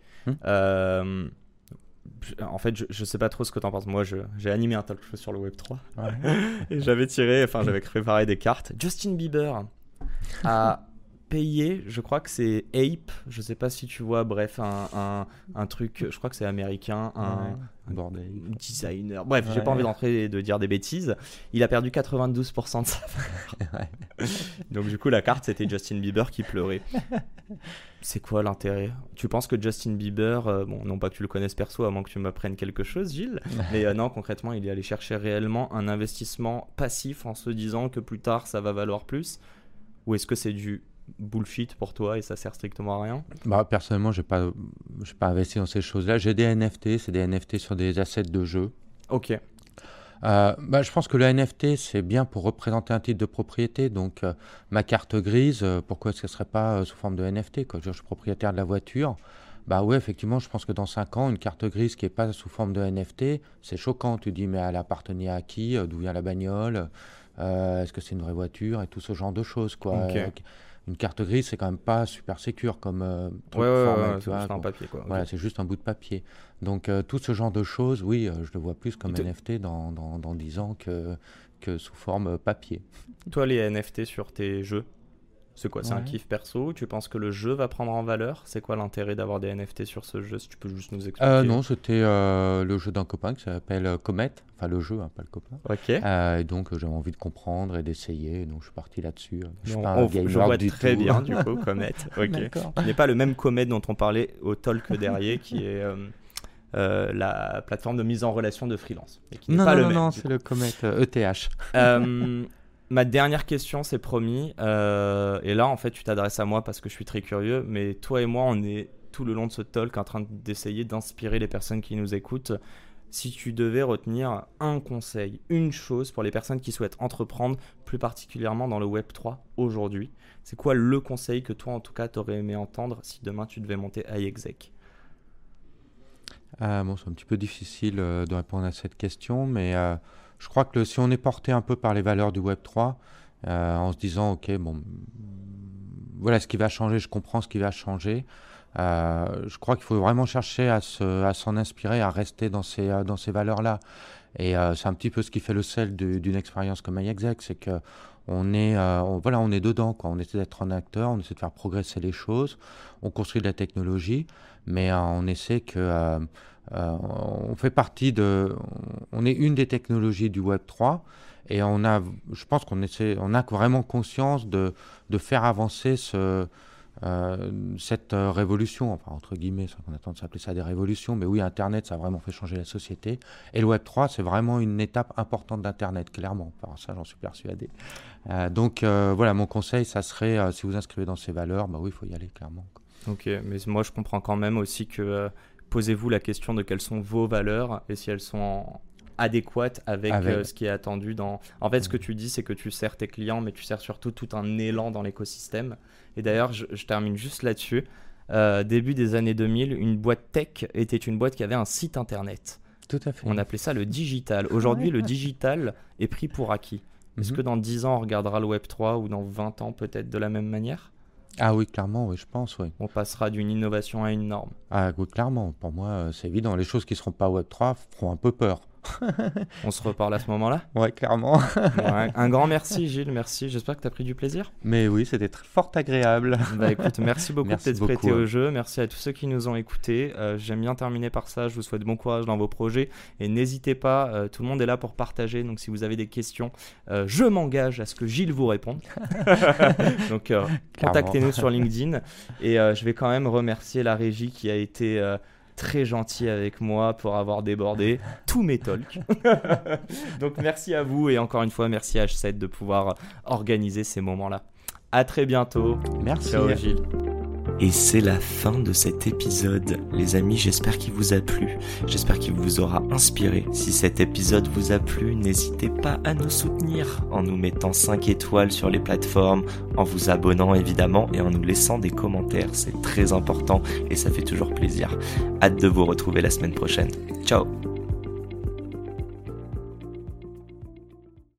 Speaker 1: en fait, je sais pas trop ce que tu en penses. Moi, j'ai animé un talk show sur le Web3 et j'avais préparé des cartes. Justin Bieber a payé, je crois que c'est Ape, je sais pas si tu vois, bref, un truc, je crois que c'est américain, un designer, bref, j'ai pas envie d'entrer et de dire des bêtises. Il a perdu 92% de sa valeur. Donc du coup, la carte, c'était Justin Bieber qui pleurait. C'est quoi l'intérêt? Tu penses que Justin Bieber, bon, non pas que tu le connaisses perso, à moins que tu m'apprennes quelque chose, Gilles, mais non, concrètement, il est allé chercher réellement un investissement passif en se disant que plus tard, ça va valoir plus? Ou est-ce que c'est du bullshit pour toi et ça sert strictement à rien?
Speaker 2: Bah, personnellement, j'ai pas investi dans ces choses-là. J'ai des NFT, c'est des NFT sur des assets de jeu.
Speaker 1: Ok.
Speaker 2: Je pense que le NFT, c'est bien pour représenter un titre de propriété. Donc, ma carte grise, pourquoi est-ce qu'elle ne serait pas sous forme de NFT, quoi? Je suis propriétaire de la voiture. Bah oui, effectivement, je pense que dans 5 ans, une carte grise qui n'est pas sous forme de NFT, c'est choquant. Tu dis, mais elle appartenait à qui? D'où vient la bagnole? Est-ce que c'est une vraie voiture? Et tout ce genre de choses, quoi.
Speaker 1: Okay.
Speaker 2: Une carte grise, c'est quand même pas super sécure comme truc
Speaker 1: formel. C'est juste un papier, quoi.
Speaker 2: Voilà, c'est juste un bout de papier. Donc, tout ce genre de choses, oui, je le vois plus comme NFT dans 10 ans que sous forme papier.
Speaker 1: Toi, les NFT sur tes jeux, c'est quoi? C'est un kiff perso? Tu penses que le jeu va prendre en valeur? C'est quoi l'intérêt d'avoir des NFT sur ce jeu? Si tu peux juste nous expliquer.
Speaker 2: Non, c'était le jeu d'un copain qui s'appelle Comet. Enfin, le jeu, hein, pas le copain.
Speaker 1: Ok.
Speaker 2: Et donc, j'avais envie de comprendre et d'essayer. Donc, je suis parti là-dessus. Je suis pas
Speaker 1: un gamer je vois très bien, du coup, Comet. Ok.
Speaker 2: D'accord.
Speaker 1: Qui n'est pas le même Comet dont on parlait au talk derrière, qui est la plateforme de mise en relation de freelance.
Speaker 2: Non, c'est le Comet ETH.
Speaker 1: Ma dernière question, c'est promis. Et là, en fait, tu t'adresses à moi parce que je suis très curieux. Mais toi et moi, on est tout le long de ce talk en train d'essayer d'inspirer les personnes qui nous écoutent. Si tu devais retenir un conseil, une chose pour les personnes qui souhaitent entreprendre, plus particulièrement dans le Web3 aujourd'hui, c'est quoi le conseil que toi, en tout cas, t'aurais aimé entendre si demain tu devais monter iExec?
Speaker 2: C'est un petit peu difficile de répondre à cette question, mais je crois que si on est porté un peu par les valeurs du Web3, en se disant, ok, bon, voilà ce qui va changer, je comprends ce qui va changer, je crois qu'il faut vraiment chercher à s'en inspirer, à rester dans ces valeurs-là. Et c'est un petit peu ce qui fait le sel d'une expérience comme iExec, c'est que on est dedans, quoi. On essaie d'être un acteur, on essaie de faire progresser les choses, on construit de la technologie, mais on essaie que on fait partie on est une des technologies du Web3 et je pense qu'on a vraiment conscience de faire avancer cette révolution, enfin entre guillemets, on a tendance à appeler ça des révolutions, mais oui, Internet, ça a vraiment fait changer la société. Et le Web3, c'est vraiment une étape importante d'Internet, clairement. Enfin, ça, j'en suis persuadé. Donc voilà, mon conseil, ça serait, si vous inscrivez dans ces valeurs, bah oui, il faut y aller, clairement.
Speaker 1: Ok, mais moi, je comprends quand même aussi que posez-vous la question de quelles sont vos valeurs et si elles sont adéquate avec ce qui est attendu dans... En fait, ce que tu dis, c'est que tu sers tes clients, mais tu sers surtout tout un élan dans l'écosystème. Et d'ailleurs, je termine juste là-dessus. Début des années 2000, une boîte tech était une boîte qui avait un site internet.
Speaker 2: Tout à fait.
Speaker 1: On appelait ça le digital. Aujourd'hui, le digital est pris pour acquis. Est-ce que dans 10 ans, on regardera le Web3 ou dans 20 ans, peut-être de la même manière?
Speaker 2: Ah oui, clairement, oui, je pense, oui.
Speaker 1: On passera d'une innovation à une norme.
Speaker 2: Ah oui, clairement. Pour moi, c'est évident. Les choses qui ne seront pas Web3 feront un peu peur.
Speaker 1: On se reparle à ce moment-là.
Speaker 2: Ouais, clairement.
Speaker 1: Ouais, un grand merci Gilles, merci. J'espère que tu as pris du plaisir.
Speaker 2: Mais oui, c'était fort agréable.
Speaker 1: Bah écoute, merci beaucoup de t'être prêté au jeu. Merci à tous ceux qui nous ont écoutés. J'aime bien terminer par ça. Je vous souhaite bon courage dans vos projets. Et n'hésitez pas, tout le monde est là pour partager. Donc si vous avez des questions, je m'engage à ce que Gilles vous réponde. Donc contactez-nous sur LinkedIn. Et je vais quand même remercier la régie qui a été... très gentil avec moi pour avoir débordé tous mes talks. Donc merci à vous et encore une fois merci à H7 de pouvoir organiser ces moments-là. À très bientôt.
Speaker 2: Merci.
Speaker 1: Ciao Gilles. Et c'est la fin de cet épisode. Les amis, j'espère qu'il vous a plu. J'espère qu'il vous aura inspiré. Si cet épisode vous a plu, n'hésitez pas à nous soutenir en nous mettant 5 étoiles sur les plateformes, en vous abonnant évidemment et en nous laissant des commentaires. C'est très important et ça fait toujours plaisir. Hâte de vous retrouver la semaine prochaine. Ciao.